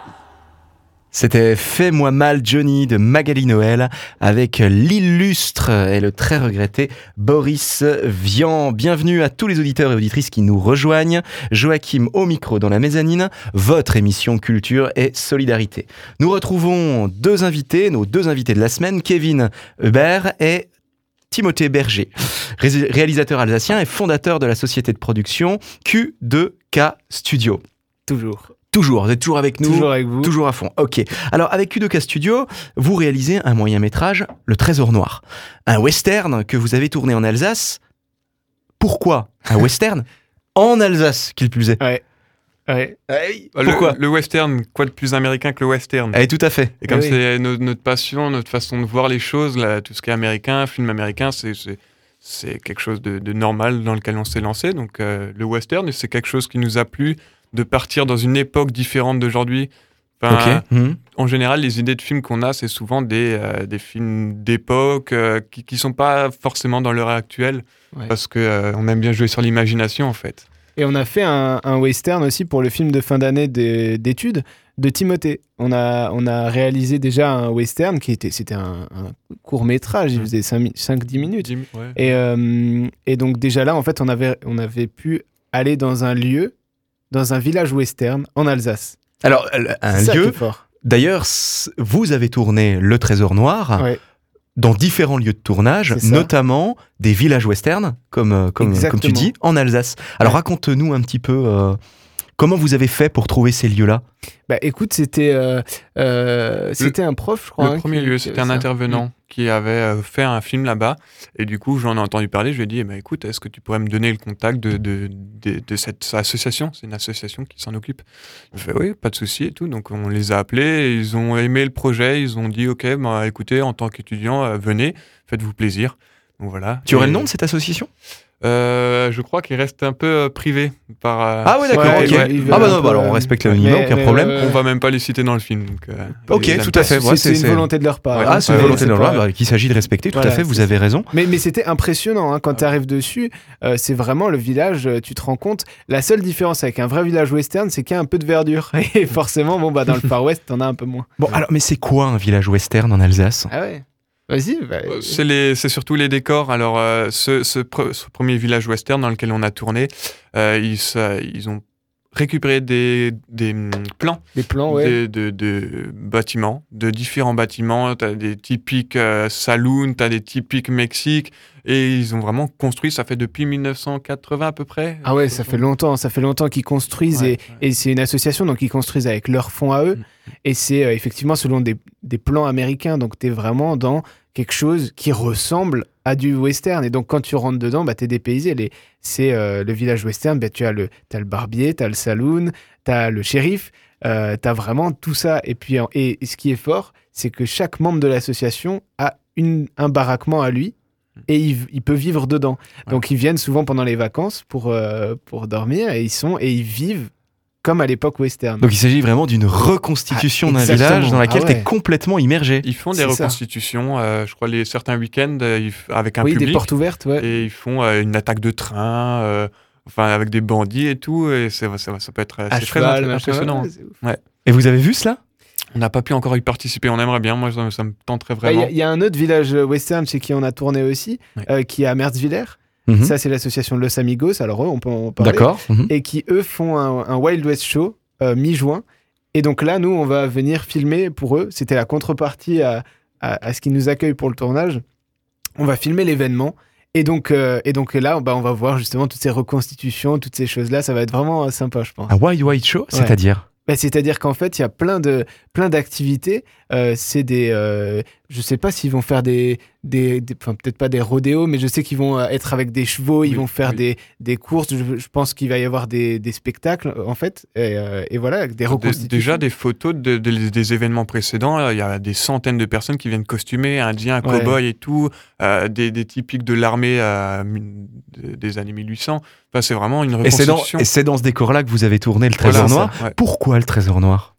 C'était Fais-moi mal Johnny de Magali Noël avec l'illustre et le très regretté Boris Vian. Bienvenue à tous les auditeurs et auditrices qui nous rejoignent. Joachim au micro dans la mezzanine, votre émission culture et solidarité. Nous retrouvons deux invités, nos deux invités de la semaine, Kevin Hubert et Timothée Berger, ré- réalisateur alsacien et fondateur de la société de production Q deux K Studio. Toujours. Toujours, vous êtes toujours avec nous. Toujours avec vous. Toujours à fond, ok. Alors avec Q deux K Studio, vous réalisez un moyen-métrage, Le Trésor Noir. Un western que vous avez tourné en Alsace. Pourquoi un western en Alsace, qu'il plus est? Ouais. Ouais. Hey, Le- pourquoi le, western, quoi de plus américain que le western? Eh, tout à fait. Et comme Eh oui. c'est no- notre passion, notre façon de voir les choses, là, tout ce qui est américain, film américain, c'est, c'est, c'est quelque chose de, de normal dans lequel on s'est lancé. Donc euh, le western, c'est quelque chose qui nous a plu de partir dans une époque différente d'aujourd'hui. Enfin, Ok. Mhm. En général, les idées de films qu'on a, c'est souvent des, euh, des films d'époque euh, qui ne sont pas forcément dans l'heure actuelle, Ouais. parce qu'on euh, on aime bien jouer sur l'imagination, en fait. Et on a fait un, un western aussi pour le film de fin d'année des- d'études de Timothée. On a, on a réalisé déjà un western qui était, c'était un, un court métrage, il faisait cinq dix minutes. Jim, ouais. Et, euh, et donc déjà là, en fait, on avait, on avait pu aller dans un lieu, dans un village western en Alsace. Alors, euh, un C'est ça qui lieu, est fort. d'ailleurs, c- vous avez tourné Le Trésor Noir Ouais. dans différents lieux de tournage, C'est ça. notamment des villages westerns, comme, euh, comme, comme tu Exactement. dis, en Alsace. Alors Ouais. raconte-nous un petit peu euh, comment vous avez fait pour trouver ces lieux-là. Bah écoute, c'était, euh, euh, c'était un prof, je crois. Le hein, premier qui- lieu, qui c'était avait un ça. intervenant qui avait euh, fait un film là-bas. Et du coup, j'en ai entendu parler. Je lui ai dit, eh ben, écoute, est-ce que tu pourrais me donner le contact de, de, de, de cette association? C'est une association qui s'en occupe. Il me fait, oui, pas de souci et tout. Donc, on les a appelés. Ils ont aimé le projet. Ils ont dit, OK, bah, écoutez, en tant qu'étudiant, euh, venez, faites-vous plaisir. Donc voilà. Tu aurais Et, le nom de cette association? Euh, je crois qu'il reste un peu euh, privé par. Euh, ah ouais, d'accord. Ouais, ok. ouais, ah bah un non, peu, bah alors on respecte l'anonymat, mais- aucun mais, problème. euh, On va même pas les citer dans le film. Donc, euh, Ok, les tout à fait. C'est, Ouais, c'est c'est- une volonté de leur part. Ouais, Ah, c'est une ouais, volonté c'est de leur pas- part, bah, qu'il s'agit de respecter. Tout Voilà, à fait. Vous c'est avez ça. raison. Mais, mais c'était impressionnant hein, quand Ah. tu arrives dessus. euh, c'est vraiment le village. euh, Tu te rends compte. La seule différence avec un vrai village western, c'est qu'il y a un peu de verdure. Et forcément, bon bah dans le Far West, t'en as un peu moins. Bon, alors, mais c'est quoi un village western en Alsace? Ah ouais. Vas-y. Bah, Euh, C'est, les, c'est surtout les décors. Alors, euh, ce, ce, pre- ce premier village western dans lequel on a tourné, euh, ils, ça- ils ont récupéré des, des hum, plans les plans, ouais. de, de, de bâtiments, de différents bâtiments. Tu as des typiques euh, saloons, tu as des typiques Mexique. Et ils ont vraiment construit, ça fait depuis dix-neuf cent quatre-vingts à peu près. Ah ouais, ça fait longtemps, ça fait longtemps qu'ils construisent Ouais, et, ouais. et c'est une association, donc ils construisent avec leurs fonds à eux. Mm. Et c'est euh, effectivement selon des, des plans américains, donc tu es vraiment dans quelque chose qui ressemble à du western. Et donc quand tu rentres dedans, bah, tu es dépaysé. Les, c'est euh, le village western, bah, tu as le, t'as le barbier, tu as le saloon, tu as le shérif, euh, tu as vraiment tout ça. Et puis en- et, et ce qui est fort, c'est que chaque membre de l'association a une, un baraquement à lui. Et il, il peut vivre dedans. Ouais. Donc ils viennent souvent pendant les vacances pour, euh, pour dormir et ils sont et ils vivent comme à l'époque western. Donc il s'agit vraiment d'une reconstitution Ah, d'un exactement. village dans laquelle Ah tu ouais. es complètement immergé. Ils font des C'est ça. reconstitutions, euh, je crois, les, certains week-ends euh, ils f- avec un oui, public. des portes ouvertes, ouais. Et ils font euh, une attaque de train, euh, enfin avec des bandits et tout. Et c'est, ça, ça peut être euh, À c'est très cheval, int- machin, impressionnant. ouais, c'est ouf. Et vous avez vu cela? On n'a pas pu encore y participer, on aimerait bien. Moi, ça, ça me tenterait Bah, Il vraiment. y, a- il y a un autre village western chez qui on a tourné aussi, Ouais. euh, qui est à Merzwiller. Mhm. Ça, c'est l'association Los Amigos. Alors eux, on peut en parler. D'accord. Mhm. Et qui eux font un, un Wild West Show euh, mi-juin. Et donc là, nous, on va venir filmer pour eux. C'était la contrepartie à, à, à ce qui nous accueille pour le tournage. On va filmer l'événement. Et donc, euh, et donc là, bah, on va voir justement toutes ces reconstitutions, toutes ces choses-là. Ça va être vraiment euh, sympa, je pense. Un Wild White Show, c'est-à-dire? Bah, c'est-à-dire qu'en fait, il y a plein, de, plein d'activités. Euh, c'est des, euh, je sais pas s'ils vont faire des, des, des- enfin peut-être pas des rodéos, mais je sais qu'ils vont euh, être avec des chevaux, ils Oui, vont faire oui. des, des courses. Je, je pense qu'il va y avoir des, des spectacles en fait, et, euh, et voilà, avec des Dé- reconstitutions. Déjà, des photos de, de- des événements précédents, là, il y a des centaines de personnes qui viennent costumées, indiens, Ouais. cow-boys et tout, euh, des, des typiques de l'armée euh, mi- de- des années mille huit cents. Enfin, c'est vraiment une Et c'est dans, reconstitution. et c'est dans ce décor-là que vous avez tourné le Trésor Voilà, Noir. ça, ouais. Pourquoi le Trésor Noir?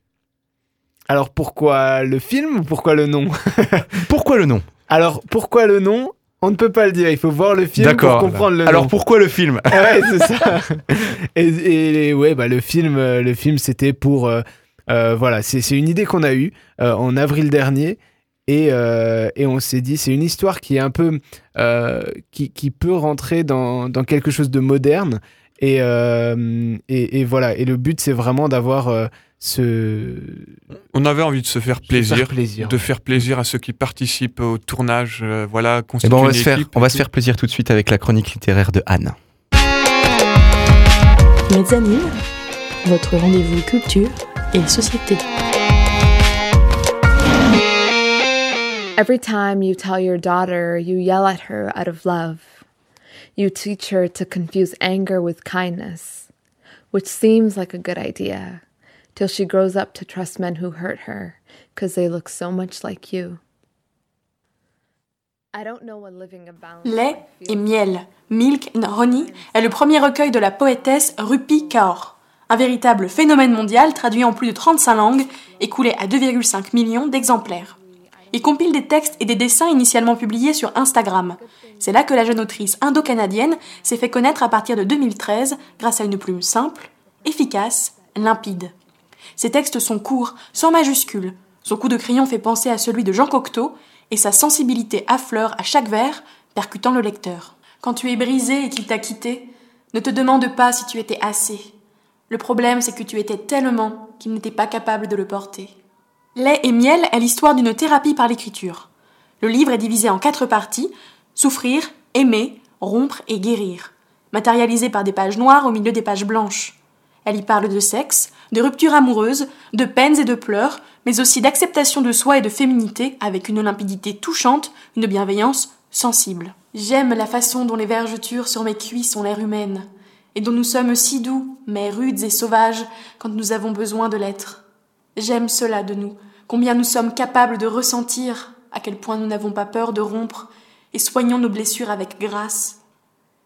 Alors pourquoi le film ou pourquoi le nom? Pourquoi le nom? Alors pourquoi le nom? On ne peut pas le dire. Il faut voir le film D'accord. pour comprendre le Alors nom. pourquoi le film? Ah ouais, c'est ça. Et, et- ouais, bah, le film, euh, le film c'était pour. euh, euh, voilà, c'est c'est une idée qu'on a eue euh, en avril dernier. Et, euh, et on s'est dit, c'est une histoire qui est un peu. euh, qui, qui peut rentrer dans, dans quelque chose de moderne. Et, euh, et, et voilà. Et le but, c'est vraiment d'avoir euh, ce. On avait envie de se faire plaisir, faire plaisir, de ouais. faire plaisir à ceux qui participent au tournage. euh, voilà, Eh constituer ben on va une se faire, équipe on et va tout. se faire plaisir tout de suite avec la chronique littéraire de Anne. Mezzanine, votre rendez-vous culture et société. Every time you tell your daughter, you yell at her out of love. You teach her to confuse anger with kindness, which seems like a good idea, till she grows up to trust men who hurt her, because they look so much like you. I don't know what living a balanced Lait life et feels miel, Milk and Honey, est le premier recueil de la poétesse Rupi Kaur. Un véritable phénomène mondial traduit en plus de trente-cinq langues, écoulé à deux virgule cinq millions d'exemplaires. Il compile des textes et des dessins initialement publiés sur Instagram. C'est là que la jeune autrice indo-canadienne s'est fait connaître à partir de deux mille treize grâce à une plume simple, efficace, limpide. Ses textes sont courts, sans majuscules. Son coup de crayon fait penser à celui de Jean Cocteau et sa sensibilité affleure à chaque vers, percutant le lecteur. Quand tu es brisé et qu'il t'a quitté, ne te demande pas si tu étais assez. Le problème, c'est que tu étais tellement qu'il n'était pas capable de le porter. Lait et miel est l'histoire d'une thérapie par l'écriture. Le livre est divisé en quatre parties: souffrir, aimer, rompre et guérir, matérialisé par des pages noires au milieu des pages blanches. Elle y parle de sexe, de rupture amoureuse, de peines et de pleurs, mais aussi d'acceptation de soi et de féminité avec une limpidité touchante, une bienveillance sensible. J'aime la façon dont les vergetures sur mes cuisses ont l'air humaines, et dont nous sommes si doux, mais rudes et sauvages quand nous avons besoin de l'être. J'aime cela de nous, combien nous sommes capables de ressentir, à quel point nous n'avons pas peur de rompre, et soignons nos blessures avec grâce.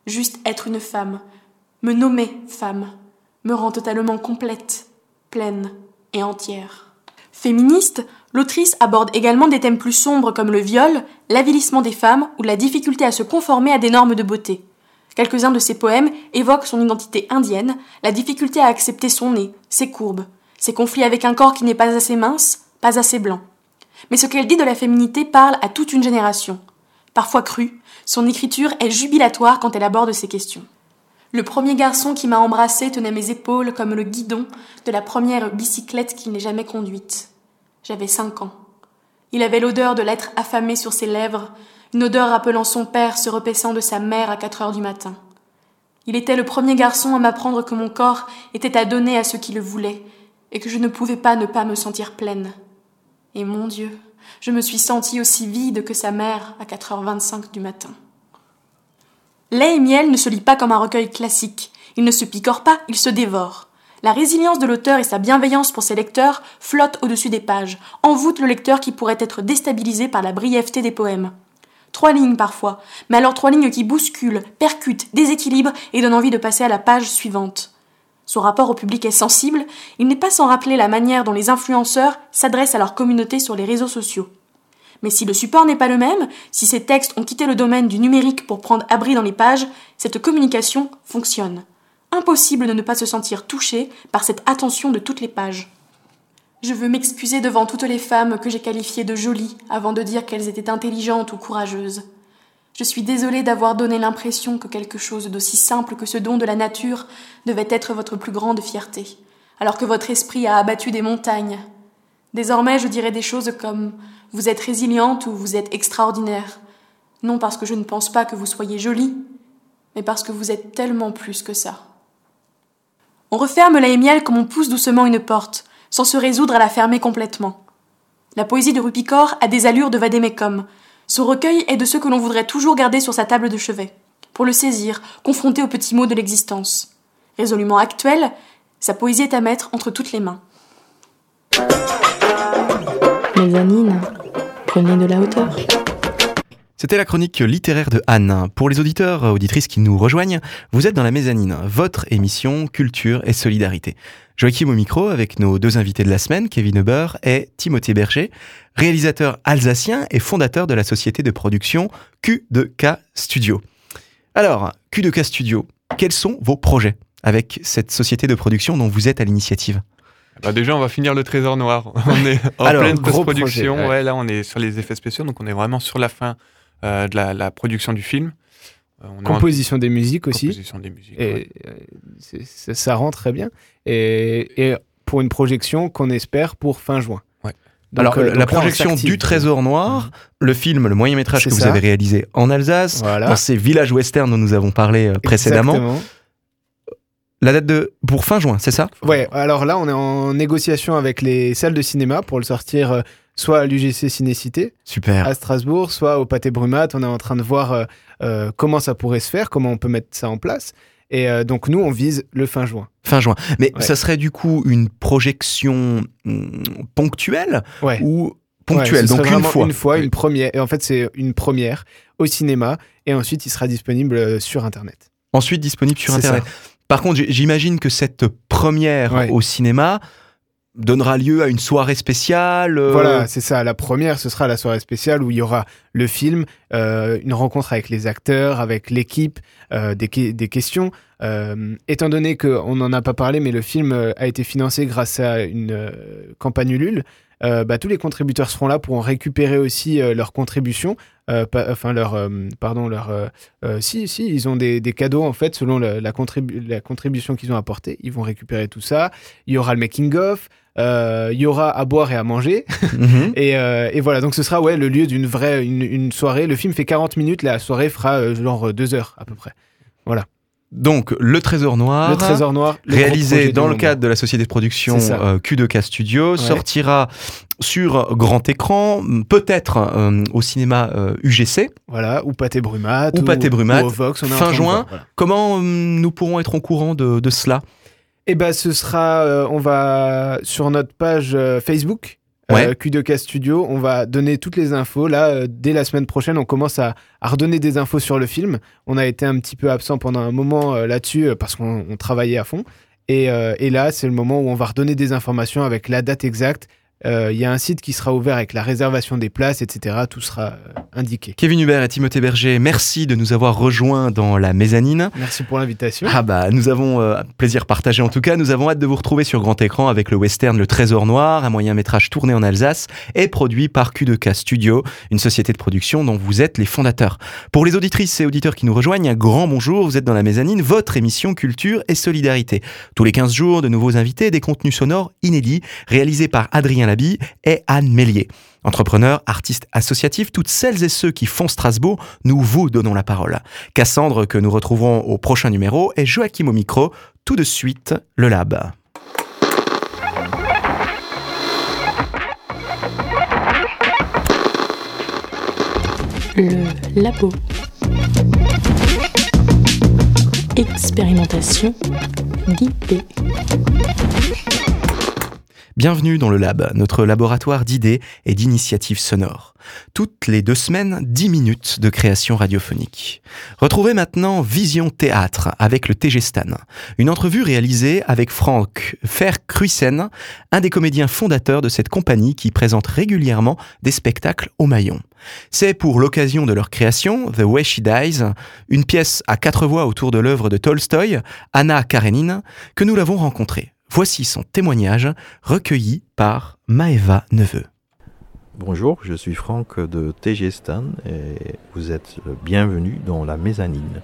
Juste être une femme, me nommer femme, me rend totalement complète, pleine et entière. Féministe, l'autrice aborde également des thèmes plus sombres comme le viol, l'avilissement des femmes ou la difficulté à se conformer à des normes de beauté. Quelques-uns de ses poèmes évoquent son identité indienne, la difficulté à accepter son nez, ses courbes, ses conflits avec un corps qui n'est pas assez mince, pas assez blanc. Mais ce qu'elle dit de la féminité parle à toute une génération. Parfois crue, son écriture est jubilatoire quand elle aborde ces questions. Le premier garçon qui m'a embrassée tenait mes épaules comme le guidon de la première bicyclette qu'il n'ait jamais conduite. J'avais cinq ans. Il avait l'odeur de l'être affamé sur ses lèvres, une odeur rappelant son père se repaissant de sa mère à quatre heures du matin. Il était le premier garçon à m'apprendre que mon corps était à donner à ceux qui le voulaient, et que je ne pouvais pas ne pas me sentir pleine. Et mon Dieu, je me suis sentie aussi vide que sa mère à quatre heures vingt-cinq du matin. Lait et miel ne se lit pas comme un recueil classique. Il ne se picore pas, il se dévore. La résilience de l'auteur et sa bienveillance pour ses lecteurs flottent au-dessus des pages, envoûtent le lecteur qui pourrait être déstabilisé par la brièveté des poèmes. Trois lignes parfois, mais alors trois lignes qui bousculent, percutent, déséquilibrent et donnent envie de passer à la page suivante. Son rapport au public est sensible, il n'est pas sans rappeler la manière dont les influenceurs s'adressent à leur communauté sur les réseaux sociaux. Mais si le support n'est pas le même, si ces textes ont quitté le domaine du numérique pour prendre abri dans les pages, cette communication fonctionne. Impossible de ne pas se sentir touché par cette attention de toutes les pages. Je veux m'excuser devant toutes les femmes que j'ai qualifiées de jolies avant de dire qu'elles étaient intelligentes ou courageuses. Je suis désolée d'avoir donné l'impression que quelque chose d'aussi simple que ce don de la nature devait être votre plus grande fierté, alors que votre esprit a abattu des montagnes. Désormais, je dirais des choses comme « vous êtes résiliente » ou « vous êtes extraordinaire ». Non parce que je ne pense pas que vous soyez jolie, mais parce que vous êtes tellement plus que ça. On referme lait et miel comme on pousse doucement une porte, sans se résoudre à la fermer complètement. La poésie de Rupi Kaur a des allures de vade-mecum. Son recueil est de ceux que l'on voudrait toujours garder sur sa table de chevet, pour le saisir, confronté aux petits mots de l'existence. Résolument actuel, sa poésie est à mettre entre toutes les mains. Mezzanine, prenez de la hauteur. C'était la chronique littéraire de Anne. Pour les auditeurs, auditrices qui nous rejoignent, vous êtes dans la Mezzanine, votre émission Culture et Solidarité. Joachim au micro avec nos deux invités de la semaine, Kevin Huber et Timothée Berger, réalisateur alsacien et fondateur de la société de production Q deux K Studio. Alors, Q deux K Studio, quels sont vos projets avec cette société de production dont vous êtes à l'initiative ? Bah déjà, on va finir le Trésor Noir. On est en Alors, pleine gros post-production. projet, ouais. Ouais, là, on est sur les effets spéciaux, donc on est vraiment sur la fin euh, de la, la production du film. Euh, on composition en... des musiques aussi. Composition des musiques. Et ouais. euh, c'est, ça, ça rend très bien. Et, et pour une projection qu'on espère pour fin juin. Ouais. Donc, Alors, euh, donc la projection du Trésor Noir, mmh. le film, le moyen-métrage c'est que ça. Vous avez réalisé en Alsace, voilà. dans ces villages westerns dont nous avons parlé euh, précédemment. Exactement. La date de pour fin juin, c'est ça ? Ouais, alors là, on est en négociation avec les salles de cinéma pour le sortir euh, soit à l'U G C Ciné-Cité, super, à Strasbourg, soit au Pâté Brumat. On est en train de voir euh, euh, comment ça pourrait se faire, comment on peut mettre ça en place. Et euh, donc, nous, on vise le fin juin. Fin juin. Mais ouais. ça serait du coup une projection hum, ponctuelle ouais. ou ponctuelle, ouais, donc une fois. Une fois, une première. Et en fait, c'est une première au cinéma et ensuite, il sera disponible sur Internet. Ensuite, disponible sur c'est Internet. Ça. Par contre, j'imagine que cette première ouais. au cinéma donnera lieu à une soirée spéciale. Euh... Voilà, c'est ça. La première, ce sera la soirée spéciale où il y aura le film, euh, une rencontre avec les acteurs, avec l'équipe, euh, des, que- des questions. Euh, étant donné qu'on n'en a pas parlé, mais le film a été financé grâce à une euh, campagne Ulule, euh, bah, tous les contributeurs seront là pour en récupérer aussi euh, leurs contributions. Euh, pa- enfin, leur, euh, pardon, leur, euh, euh, si, si, ils ont des, des cadeaux en fait selon la, la, contribu- la contribution qu'ils ont apportée. Ils vont récupérer tout ça. Il y aura le making-of. Euh, il y aura à boire et à manger. Mm-hmm. et, euh, et voilà, donc ce sera ouais, le lieu d'une vraie une, une soirée. Le film fait quarante minutes, la soirée fera euh, genre deux heures à peu près. Voilà. Donc, le Trésor Noir, le Trésor Noir le réalisé dans le cadre de la société de production euh, Q deux K Studio, ouais. sortira sur grand écran, peut-être euh, au cinéma euh, U G C. Voilà, ou Pâté Brumat. Ou, ou Pâté Brumat, ou au Vox, on est fin juin. Voir, voilà. Comment euh, nous pourrons être au courant de, de cela ? Eh ben, ce sera, euh, on va sur notre page euh, Facebook. Ouais. Euh, Q deux K Studio, on va donner toutes les infos. Là, euh, dès la semaine prochaine, on commence à, à redonner des infos sur le film. On a été un petit peu absent pendant un moment euh, là-dessus euh, parce qu'on on travaillait à fond. Et, euh, et là, c'est le moment où on va redonner des informations avec la date exacte. Il euh, y a un site qui sera ouvert avec la réservation des places, et cetera. Tout sera euh, indiqué. Kevin Hubert et Timothée Berger, merci de nous avoir rejoints dans la mezzanine. Merci pour l'invitation. Ah bah, nous avons euh, plaisir partagé en tout cas. Nous avons hâte de vous retrouver sur grand écran avec le western Le Trésor Noir, un moyen métrage tourné en Alsace et produit par Q deux K Studio, une société de production dont vous êtes les fondateurs. Pour les auditrices et auditeurs qui nous rejoignent, un grand bonjour. Vous êtes dans la mezzanine, votre émission culture et solidarité. Tous les quinze jours, de nouveaux invités, des contenus sonores inédits réalisés par Adrien Labi et Anne Mélier. Entrepreneurs, artistes associatifs, toutes celles et ceux qui font Strasbourg, nous vous donnons la parole. Cassandre, que nous retrouverons au prochain numéro, et Joachim au micro. Tout de suite, le Lab. Le labo. Expérimentation guidée. Bienvenue dans le Lab, notre laboratoire d'idées et d'initiatives sonores. Toutes les deux semaines, dix minutes de création radiophonique. Retrouvez maintenant Vision Théâtre avec le T G Stan. Une entrevue réalisée avec Frank Verkruijsen, un des comédiens fondateurs de cette compagnie qui présente régulièrement des spectacles au Maillon. C'est pour l'occasion de leur création, The Way She Dies, une pièce à quatre voix autour de l'œuvre de Tolstoï, Anna Karénine, que nous l'avons rencontré. Voici son témoignage recueilli par Maëva Neveu. Bonjour, je suis Franck de T G Stan et vous êtes bienvenue dans la mezzanine.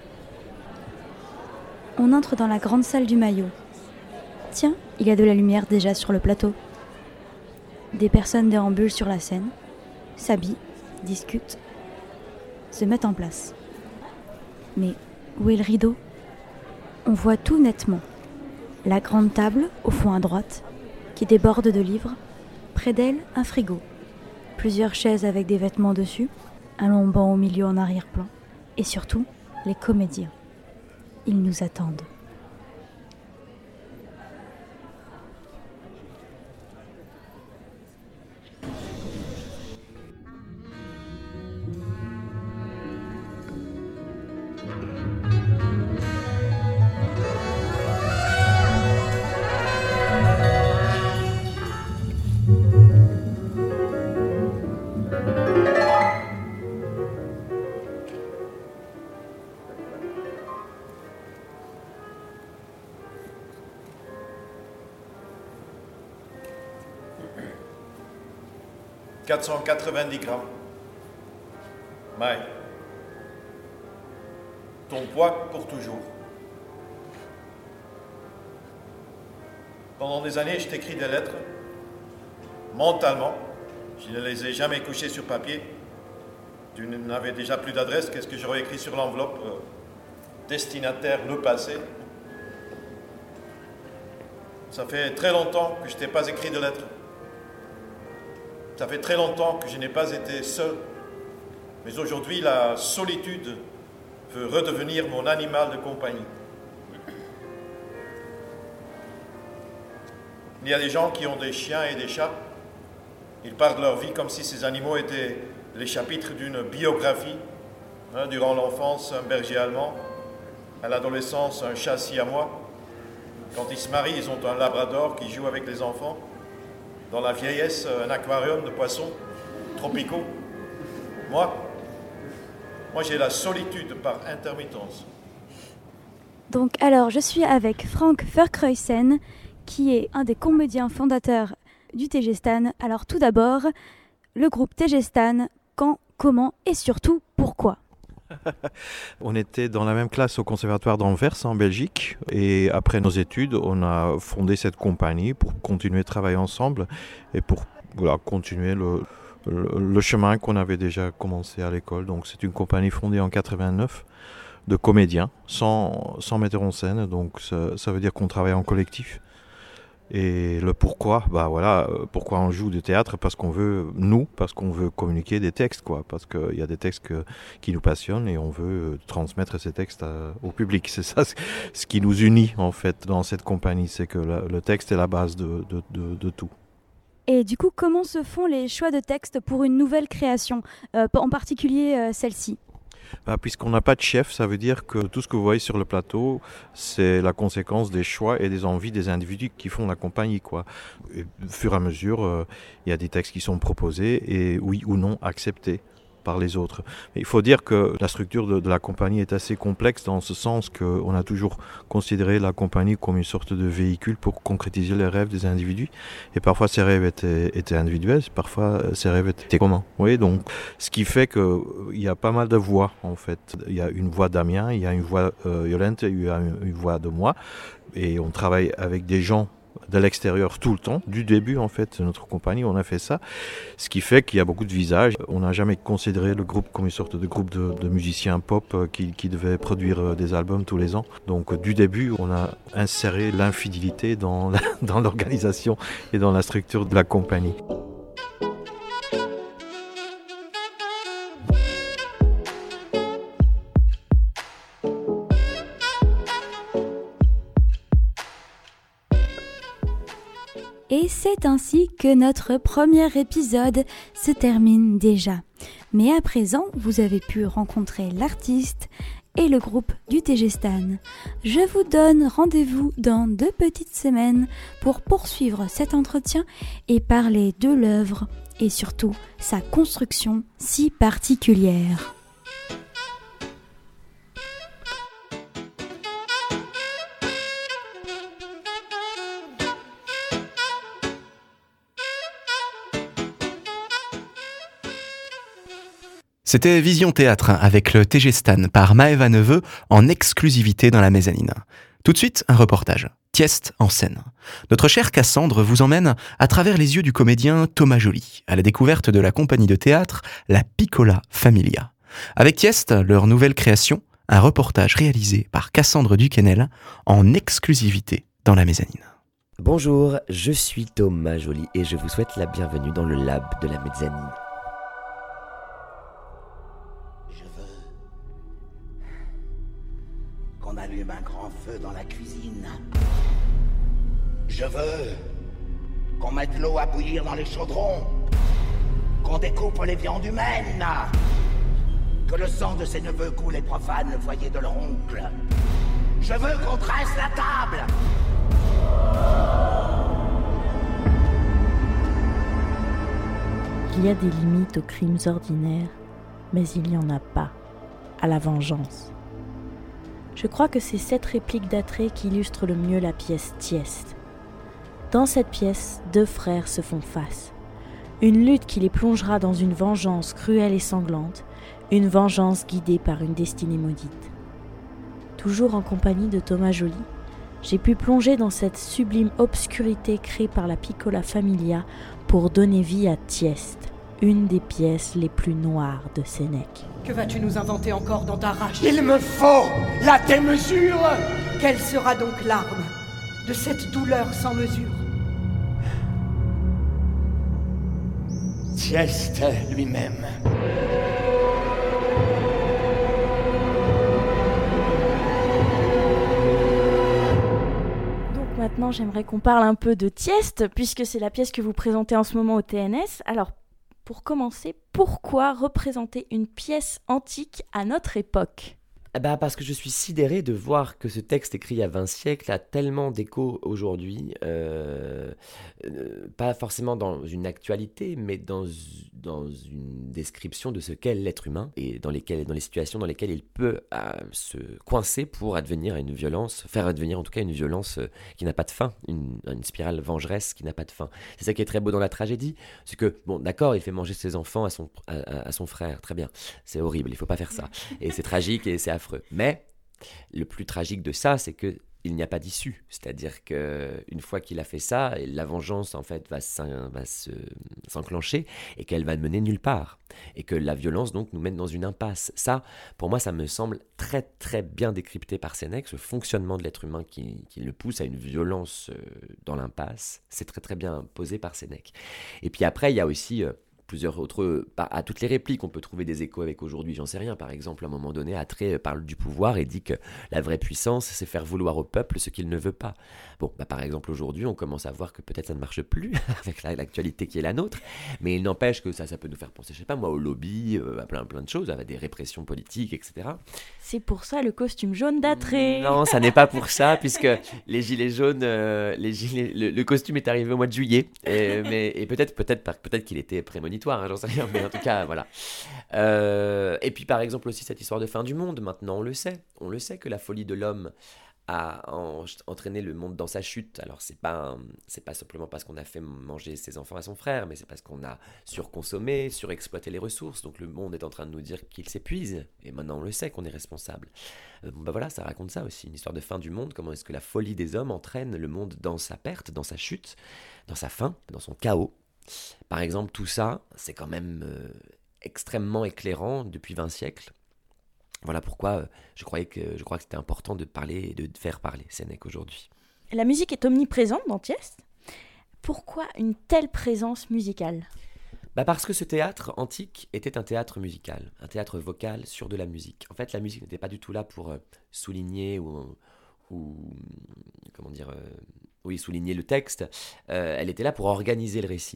On entre dans la grande salle du Maillot. Tiens, il y a de la lumière déjà sur le plateau. Des personnes déambulent sur la scène, s'habillent, discutent, se mettent en place. Mais où est le rideau ? On voit tout nettement. La grande table, au fond à droite, qui déborde de livres. Près d'elle, un frigo. Plusieurs chaises avec des vêtements dessus. Un long banc au milieu en arrière-plan. Et surtout, les comédiens. Ils nous attendent. quatre cent quatre-vingt-dix grammes. Maï. Ton poids pour toujours. Pendant des années, je t'écris des lettres. Mentalement. Je ne les ai jamais couchées sur papier. Tu n'avais déjà plus d'adresse. Qu'est-ce que j'aurais écrit sur l'enveloppe ? euh, Destinataire, le passé. Ça fait très longtemps que je t'ai pas écrit de lettres. Ça fait très longtemps que je n'ai pas été seul, mais aujourd'hui la solitude veut redevenir mon animal de compagnie. Il y a des gens qui ont des chiens et des chats. Ils parlent de leur vie comme si ces animaux étaient les chapitres d'une biographie. Hein, durant l'enfance, un berger allemand, à l'adolescence, un chat siamois. Quand ils se marient, ils ont un labrador qui joue avec les enfants. Dans la vieillesse, un aquarium de poissons tropicaux. Moi, moi j'ai la solitude par intermittence. Donc alors, je suis avec Frank Verkruijsen, qui est un des comédiens fondateurs du T G Stan. Alors tout d'abord, le groupe T G Stan, quand, comment et surtout pourquoi ? On était dans la même classe au conservatoire d'Anvers en Belgique et après nos études, on a fondé cette compagnie pour continuer à travailler ensemble et pour voilà, continuer le, le, le chemin qu'on avait déjà commencé à l'école. Donc c'est une compagnie fondée en quatre-vingt-neuf de comédiens sans, sans metteur en scène, donc ça, ça veut dire qu'on travaille en collectif. Et le pourquoi, bah voilà, pourquoi on joue du théâtre, parce qu'on veut, nous, parce qu'on veut communiquer des textes, quoi, parce qu'il y a des textes que, qui nous passionnent et on veut transmettre ces textes à, au public. C'est ça ce qui nous unit, en fait, dans cette compagnie, c'est que la, le texte est la base de, de, de, de tout. Et du coup, comment se font les choix de texte pour une nouvelle création, euh, en particulier euh, celle-ci ? Bah, puisqu'on n'a pas de chef, ça veut dire que tout ce que vous voyez sur le plateau, c'est la conséquence des choix et des envies des individus qui font la compagnie, quoi. Et, au fur et à mesure, euh, il y a des textes qui sont proposés et oui ou non acceptés par les autres. Mais il faut dire que la structure de, de la compagnie est assez complexe dans ce sens qu'on a toujours considéré la compagnie comme une sorte de véhicule pour concrétiser les rêves des individus. Et parfois ces rêves étaient, étaient individuels, parfois ces rêves étaient communs. Oui, donc ce qui fait qu'il y a pas mal de voix en fait. Il y a une voix d'Amien, il y a une voix euh, Yolente, il y a une, une voix de moi. Et on travaille avec des gens de l'extérieur tout le temps, du début en fait de notre compagnie, on a fait ça, ce qui fait qu'il y a beaucoup de visages. On n'a jamais considéré le groupe comme une sorte de groupe de, de musiciens pop qui, qui devait produire des albums tous les ans. Donc du début, on a inséré l'infidélité dans, la, dans l'organisation et dans la structure de la compagnie. Et c'est ainsi que notre premier épisode se termine déjà. Mais à présent, vous avez pu rencontrer l'artiste et le groupe du T G Stan. Je vous donne rendez-vous dans deux petites semaines pour poursuivre cet entretien et parler de l'œuvre et surtout sa construction si particulière. C'était Vision Théâtre avec le T G Stan par Maëva Neveu en exclusivité dans la mezzanine. Tout de suite, un reportage. Tieste en scène. Notre chère Cassandre vous emmène à travers les yeux du comédien Thomas Joly à la découverte de la compagnie de théâtre La Piccola Familia. Avec Tieste, leur nouvelle création, un reportage réalisé par Cassandre Duquesnel en exclusivité dans la mezzanine. Bonjour, je suis Thomas Joly et je vous souhaite la bienvenue dans le lab de la mezzanine. On allume un grand feu dans la cuisine. Je veux qu'on mette l'eau à bouillir dans les chaudrons, qu'on découpe les viandes humaines, que le sang de ses neveux coule et profane le foyer de leur oncle. Je veux qu'on dresse la table. Il y a des limites aux crimes ordinaires, mais il n'y en a pas à la vengeance. Je crois que c'est cette réplique d'Atrée qui illustre le mieux la pièce Tieste. Dans cette pièce, deux frères se font face. Une lutte qui les plongera dans une vengeance cruelle et sanglante, une vengeance guidée par une destinée maudite. Toujours en compagnie de Thomas Joly, j'ai pu plonger dans cette sublime obscurité créée par la Piccola Familia pour donner vie à Tieste, une des pièces les plus noires de Sénèque. Que vas-tu nous inventer encore dans ta rage ? Il me faut la démesure. Quelle sera donc l'arme de cette douleur sans mesure ? Tieste lui-même. Donc maintenant, j'aimerais qu'on parle un peu de Tieste, puisque c'est la pièce que vous présentez en ce moment au T N S. Alors, pour commencer, pourquoi représenter une pièce antique à notre époque ? Eh ben parce que je suis sidéré de voir que ce texte écrit il y a vingt siècles a tellement d'écho aujourd'hui, euh, euh, pas forcément dans une actualité, mais dans, dans une description de ce qu'est l'être humain et dans, lesquelles, dans les situations dans lesquelles il peut euh, se coincer pour advenir une violence, faire advenir en tout cas une violence euh, qui n'a pas de fin, une, une spirale vengeresse qui n'a pas de fin. C'est ça qui est très beau dans la tragédie, c'est que, bon d'accord, il fait manger ses enfants à son, à, à son frère, très bien, c'est horrible, il ne faut pas faire ça, et c'est tragique et c'est affreux. Mais le plus tragique de ça, c'est que il n'y a pas d'issue. C'est-à-dire qu'une fois qu'il a fait ça, la vengeance en fait va, va se, s'enclencher et qu'elle va mener nulle part. Et que la violence donc nous mène dans une impasse. Ça, pour moi, ça me semble très très bien décrypté par Sénèque, ce fonctionnement de l'être humain qui, qui le pousse à une violence dans l'impasse. C'est très très bien posé par Sénèque. Et puis après, il y a aussi... Euh, plusieurs autres, à toutes les répliques, on peut trouver des échos avec aujourd'hui, j'en sais rien. Par exemple, à un moment donné, Atrée parle du pouvoir et dit que la vraie puissance, c'est faire vouloir au peuple ce qu'il ne veut pas. Bon, bah, par exemple, aujourd'hui, on commence à voir que peut-être ça ne marche plus avec l'actualité qui est la nôtre, mais il n'empêche que ça, ça peut nous faire penser, je sais pas moi, au lobby, euh, à plein, plein de choses, à des répressions politiques, et cetera. C'est pour ça le costume jaune d'Atrée. Non, ça n'est pas pour ça, puisque les gilets jaunes, euh, les gilets, le, le costume est arrivé au mois de juillet, et, mais, et peut-être, peut-être, peut-être qu'il était prémonitoire, hein, j'en sais rien, mais en tout cas, voilà. Euh, et puis, par exemple, aussi cette histoire de fin du monde, maintenant, on le sait, on le sait que la folie de l'homme a en, entraîné le monde dans sa chute. Alors c'est pas, un, c'est pas simplement parce qu'on a fait manger ses enfants à son frère, mais c'est parce qu'on a surconsommé, surexploité les ressources, donc le monde est en train de nous dire qu'il s'épuise, et maintenant on le sait qu'on est responsable. Euh, bon, bah voilà, ça raconte ça aussi, une histoire de fin du monde, comment est-ce que la folie des hommes entraîne le monde dans sa perte, dans sa chute, dans sa fin, dans son chaos. Par exemple, tout ça, c'est quand même euh, extrêmement éclairant depuis vingt siècles. Voilà pourquoi je, croyais que, je crois que c'était important de parler et de faire parler Sénèque aujourd'hui. La musique est omniprésente dans Thieste. Pourquoi une telle présence musicale ? Bah parce que ce théâtre antique était un théâtre musical, un théâtre vocal sur de la musique. En fait, la musique n'était pas du tout là pour souligner ou, ou comment dire, euh, oui, souligner le texte. Euh, elle était là pour organiser le récit.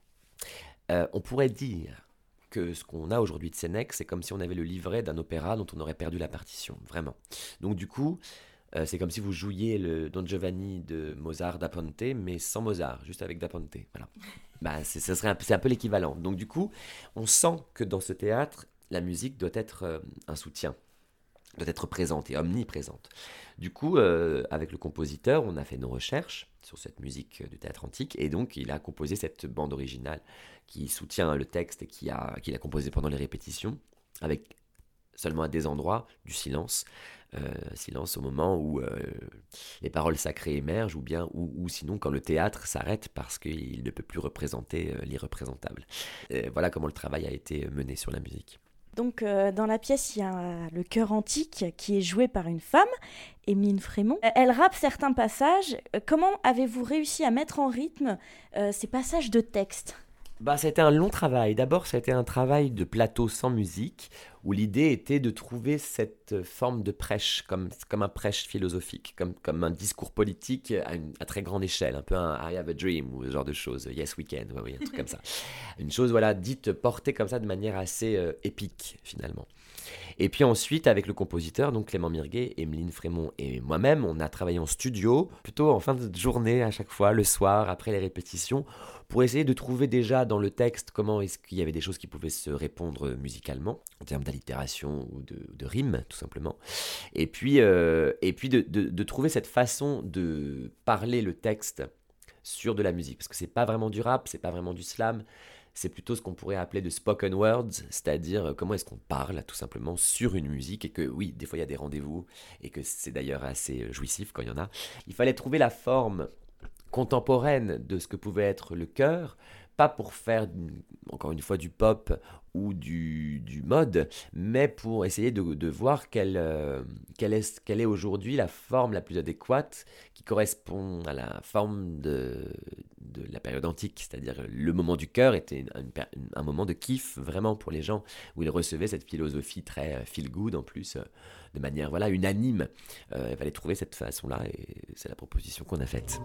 Euh, on pourrait dire que ce qu'on a aujourd'hui de Sénèque, c'est comme si on avait le livret d'un opéra dont on aurait perdu la partition, vraiment. Donc du coup, euh, c'est comme si vous jouiez le Don Giovanni de Mozart da Ponte, mais sans Mozart, juste avec da Ponte. Voilà. Bah, c'est, ça serait un, c'est un peu l'équivalent. Donc du coup, on sent que dans ce théâtre, la musique doit être euh, un soutien, doit être présente et omniprésente. Du coup, euh, avec le compositeur, on a fait nos recherches sur cette musique du théâtre antique, et donc il a composé cette bande originale qui soutient le texte et qui a, qu'il a composé pendant les répétitions, avec seulement à des endroits du silence, euh, silence au moment où euh, les paroles sacrées émergent, ou bien ou, ou sinon quand le théâtre s'arrête parce qu'il ne peut plus représenter euh, l'irreprésentable. Et voilà comment le travail a été mené sur la musique. Donc euh, dans la pièce, il y a le chœur antique qui est joué par une femme, Émeline Frémont. Elle rappe certains passages. Comment avez-vous réussi à mettre en rythme euh, ces passages de texte ? Bah, ça a été un long travail. D'abord, ça a été un travail de plateau sans musique, où l'idée était de trouver cette forme de prêche, comme, comme un prêche philosophique, comme, comme un discours politique à, une, à très grande échelle, un peu un I have a dream, ou ce genre de choses, Yes we can, ouais, oui, un truc comme ça. Une chose, voilà, dite, portée comme ça de manière assez euh, épique, finalement. Et puis ensuite, avec le compositeur, donc Clément Mirguet, Émeline Frémont et moi-même, on a travaillé en studio, plutôt en fin de journée à chaque fois, le soir, après les répétitions, pour essayer de trouver déjà dans le texte comment est-ce qu'il y avait des choses qui pouvaient se répondre musicalement, en termes d'allitération ou de, de rime, tout simplement. Et puis, euh, et puis de, de, de trouver cette façon de parler le texte sur de la musique, parce que c'est pas vraiment du rap, c'est pas vraiment du slam, c'est plutôt ce qu'on pourrait appeler de spoken words, c'est-à-dire comment est-ce qu'on parle tout simplement sur une musique, et que oui, des fois il y a des rendez-vous, et que c'est d'ailleurs assez jouissif quand il y en a. Il fallait trouver la forme contemporaine de ce que pouvait être le chœur, pas pour faire, encore une fois, du pop ou du, du mode, mais pour essayer de, de voir quelle, euh, quelle, est, quelle est aujourd'hui la forme la plus adéquate qui correspond à la forme de, de la période antique, c'est-à-dire le moment du chœur était un, un moment de kiff vraiment pour les gens, où ils recevaient cette philosophie très feel good en plus, de manière voilà, unanime. Euh, il fallait trouver cette façon-là, et c'est la proposition qu'on a faite.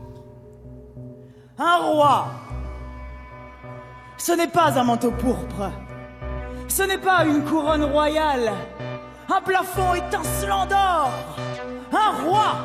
Un roi, ce n'est pas un manteau pourpre, ce n'est pas une couronne royale, un plafond étincelant d'or. Un roi,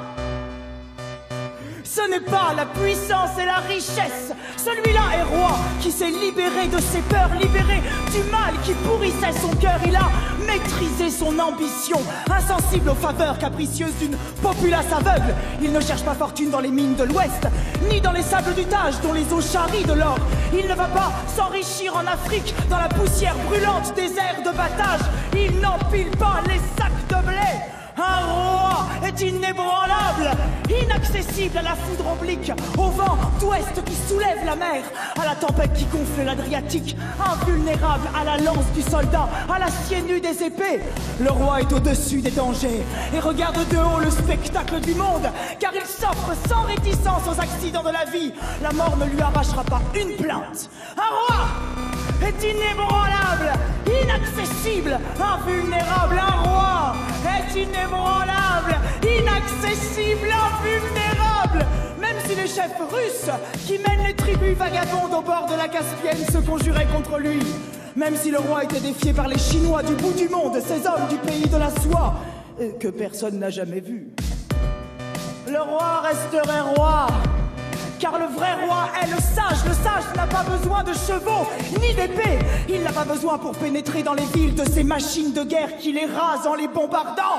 ce n'est pas la puissance et la richesse. Celui-là est roi qui s'est libéré de ses peurs, libéré du mal qui pourrissait son cœur. Il a maîtrisé son ambition, insensible aux faveurs capricieuses d'une populace aveugle. Il ne cherche pas fortune dans les mines de l'Ouest, ni dans les sables du Tage dont les eaux charrient de l'or. Il ne va pas s'enrichir en Afrique dans la poussière brûlante des aires de battage. Il n'empile pas les sacs de blé. Un roi est inébranlable, inaccessible à la foudre oblique, au vent d'ouest qui soulève la mer, à la tempête qui gonfle l'Adriatique, invulnérable à la lance du soldat, à l'acier nu des épées. Le roi est au-dessus des dangers et regarde de haut le spectacle du monde, car il s'offre sans réticence aux accidents de la vie. La mort ne lui arrachera pas une plainte. Un roi est inébranlable, inaccessible, invulnérable. Un roi est inébranlable, inaccessible, invulnérable. Même si les chefs russes qui mènent les tribus vagabondes au bord de la Caspienne se conjuraient contre lui, même si le roi était défié par les Chinois du bout du monde, ces hommes du pays de la soie, que personne n'a jamais vu, le roi resterait roi. Car le vrai roi est le sage. Le sage n'a pas besoin de chevaux ni d'épée. Il n'a pas besoin pour pénétrer dans les villes de ces machines de guerre qui les rasent en les bombardant.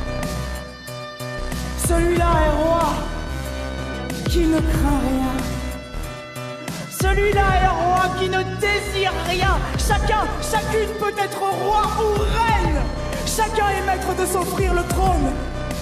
Celui-là est roi qui ne craint rien. Celui-là est roi qui ne désire rien. Chacun, chacune peut être roi ou reine. Chacun est maître de s'offrir le trône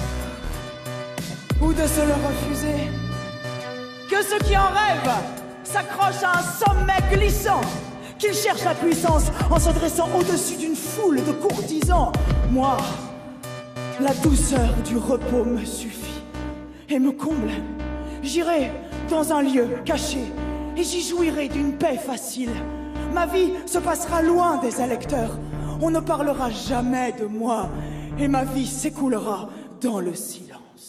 ou de se le refuser. Que ceux qui en rêvent s'accrochent à un sommet glissant, qu'ils cherchent la puissance en se dressant au-dessus d'une foule de courtisans. Moi, la douceur du repos me suffit et me comble. J'irai dans un lieu caché et j'y jouirai d'une paix facile. Ma vie se passera loin des électeurs. On ne parlera jamais de moi et ma vie s'écoulera dans le silence.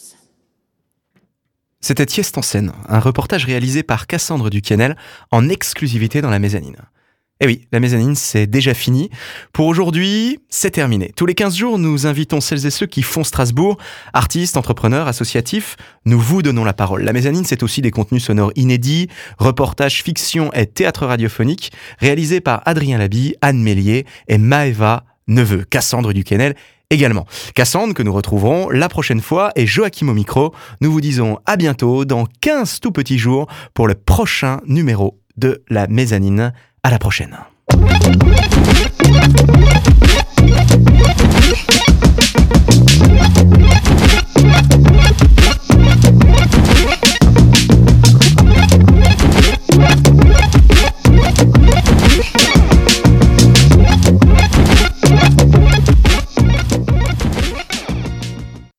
C'était Tieste en scène, un reportage réalisé par Cassandre Duquesnel en exclusivité dans la mezzanine. Eh oui, la mezzanine, c'est déjà fini. Pour aujourd'hui, c'est terminé. Tous les quinze jours, nous invitons celles et ceux qui font Strasbourg, artistes, entrepreneurs, associatifs. Nous vous donnons la parole. La mezzanine, c'est aussi des contenus sonores inédits, reportages, fiction et théâtre radiophonique, réalisés par Adrien Labi, Anne Mélier et Maëva Neveu, Cassandre Duquesnel également. Cassandre, que nous retrouverons la prochaine fois, et Joachim au micro. Nous vous disons à bientôt, dans quinze tout petits jours, pour le prochain numéro de la mezzanine. À la prochaine.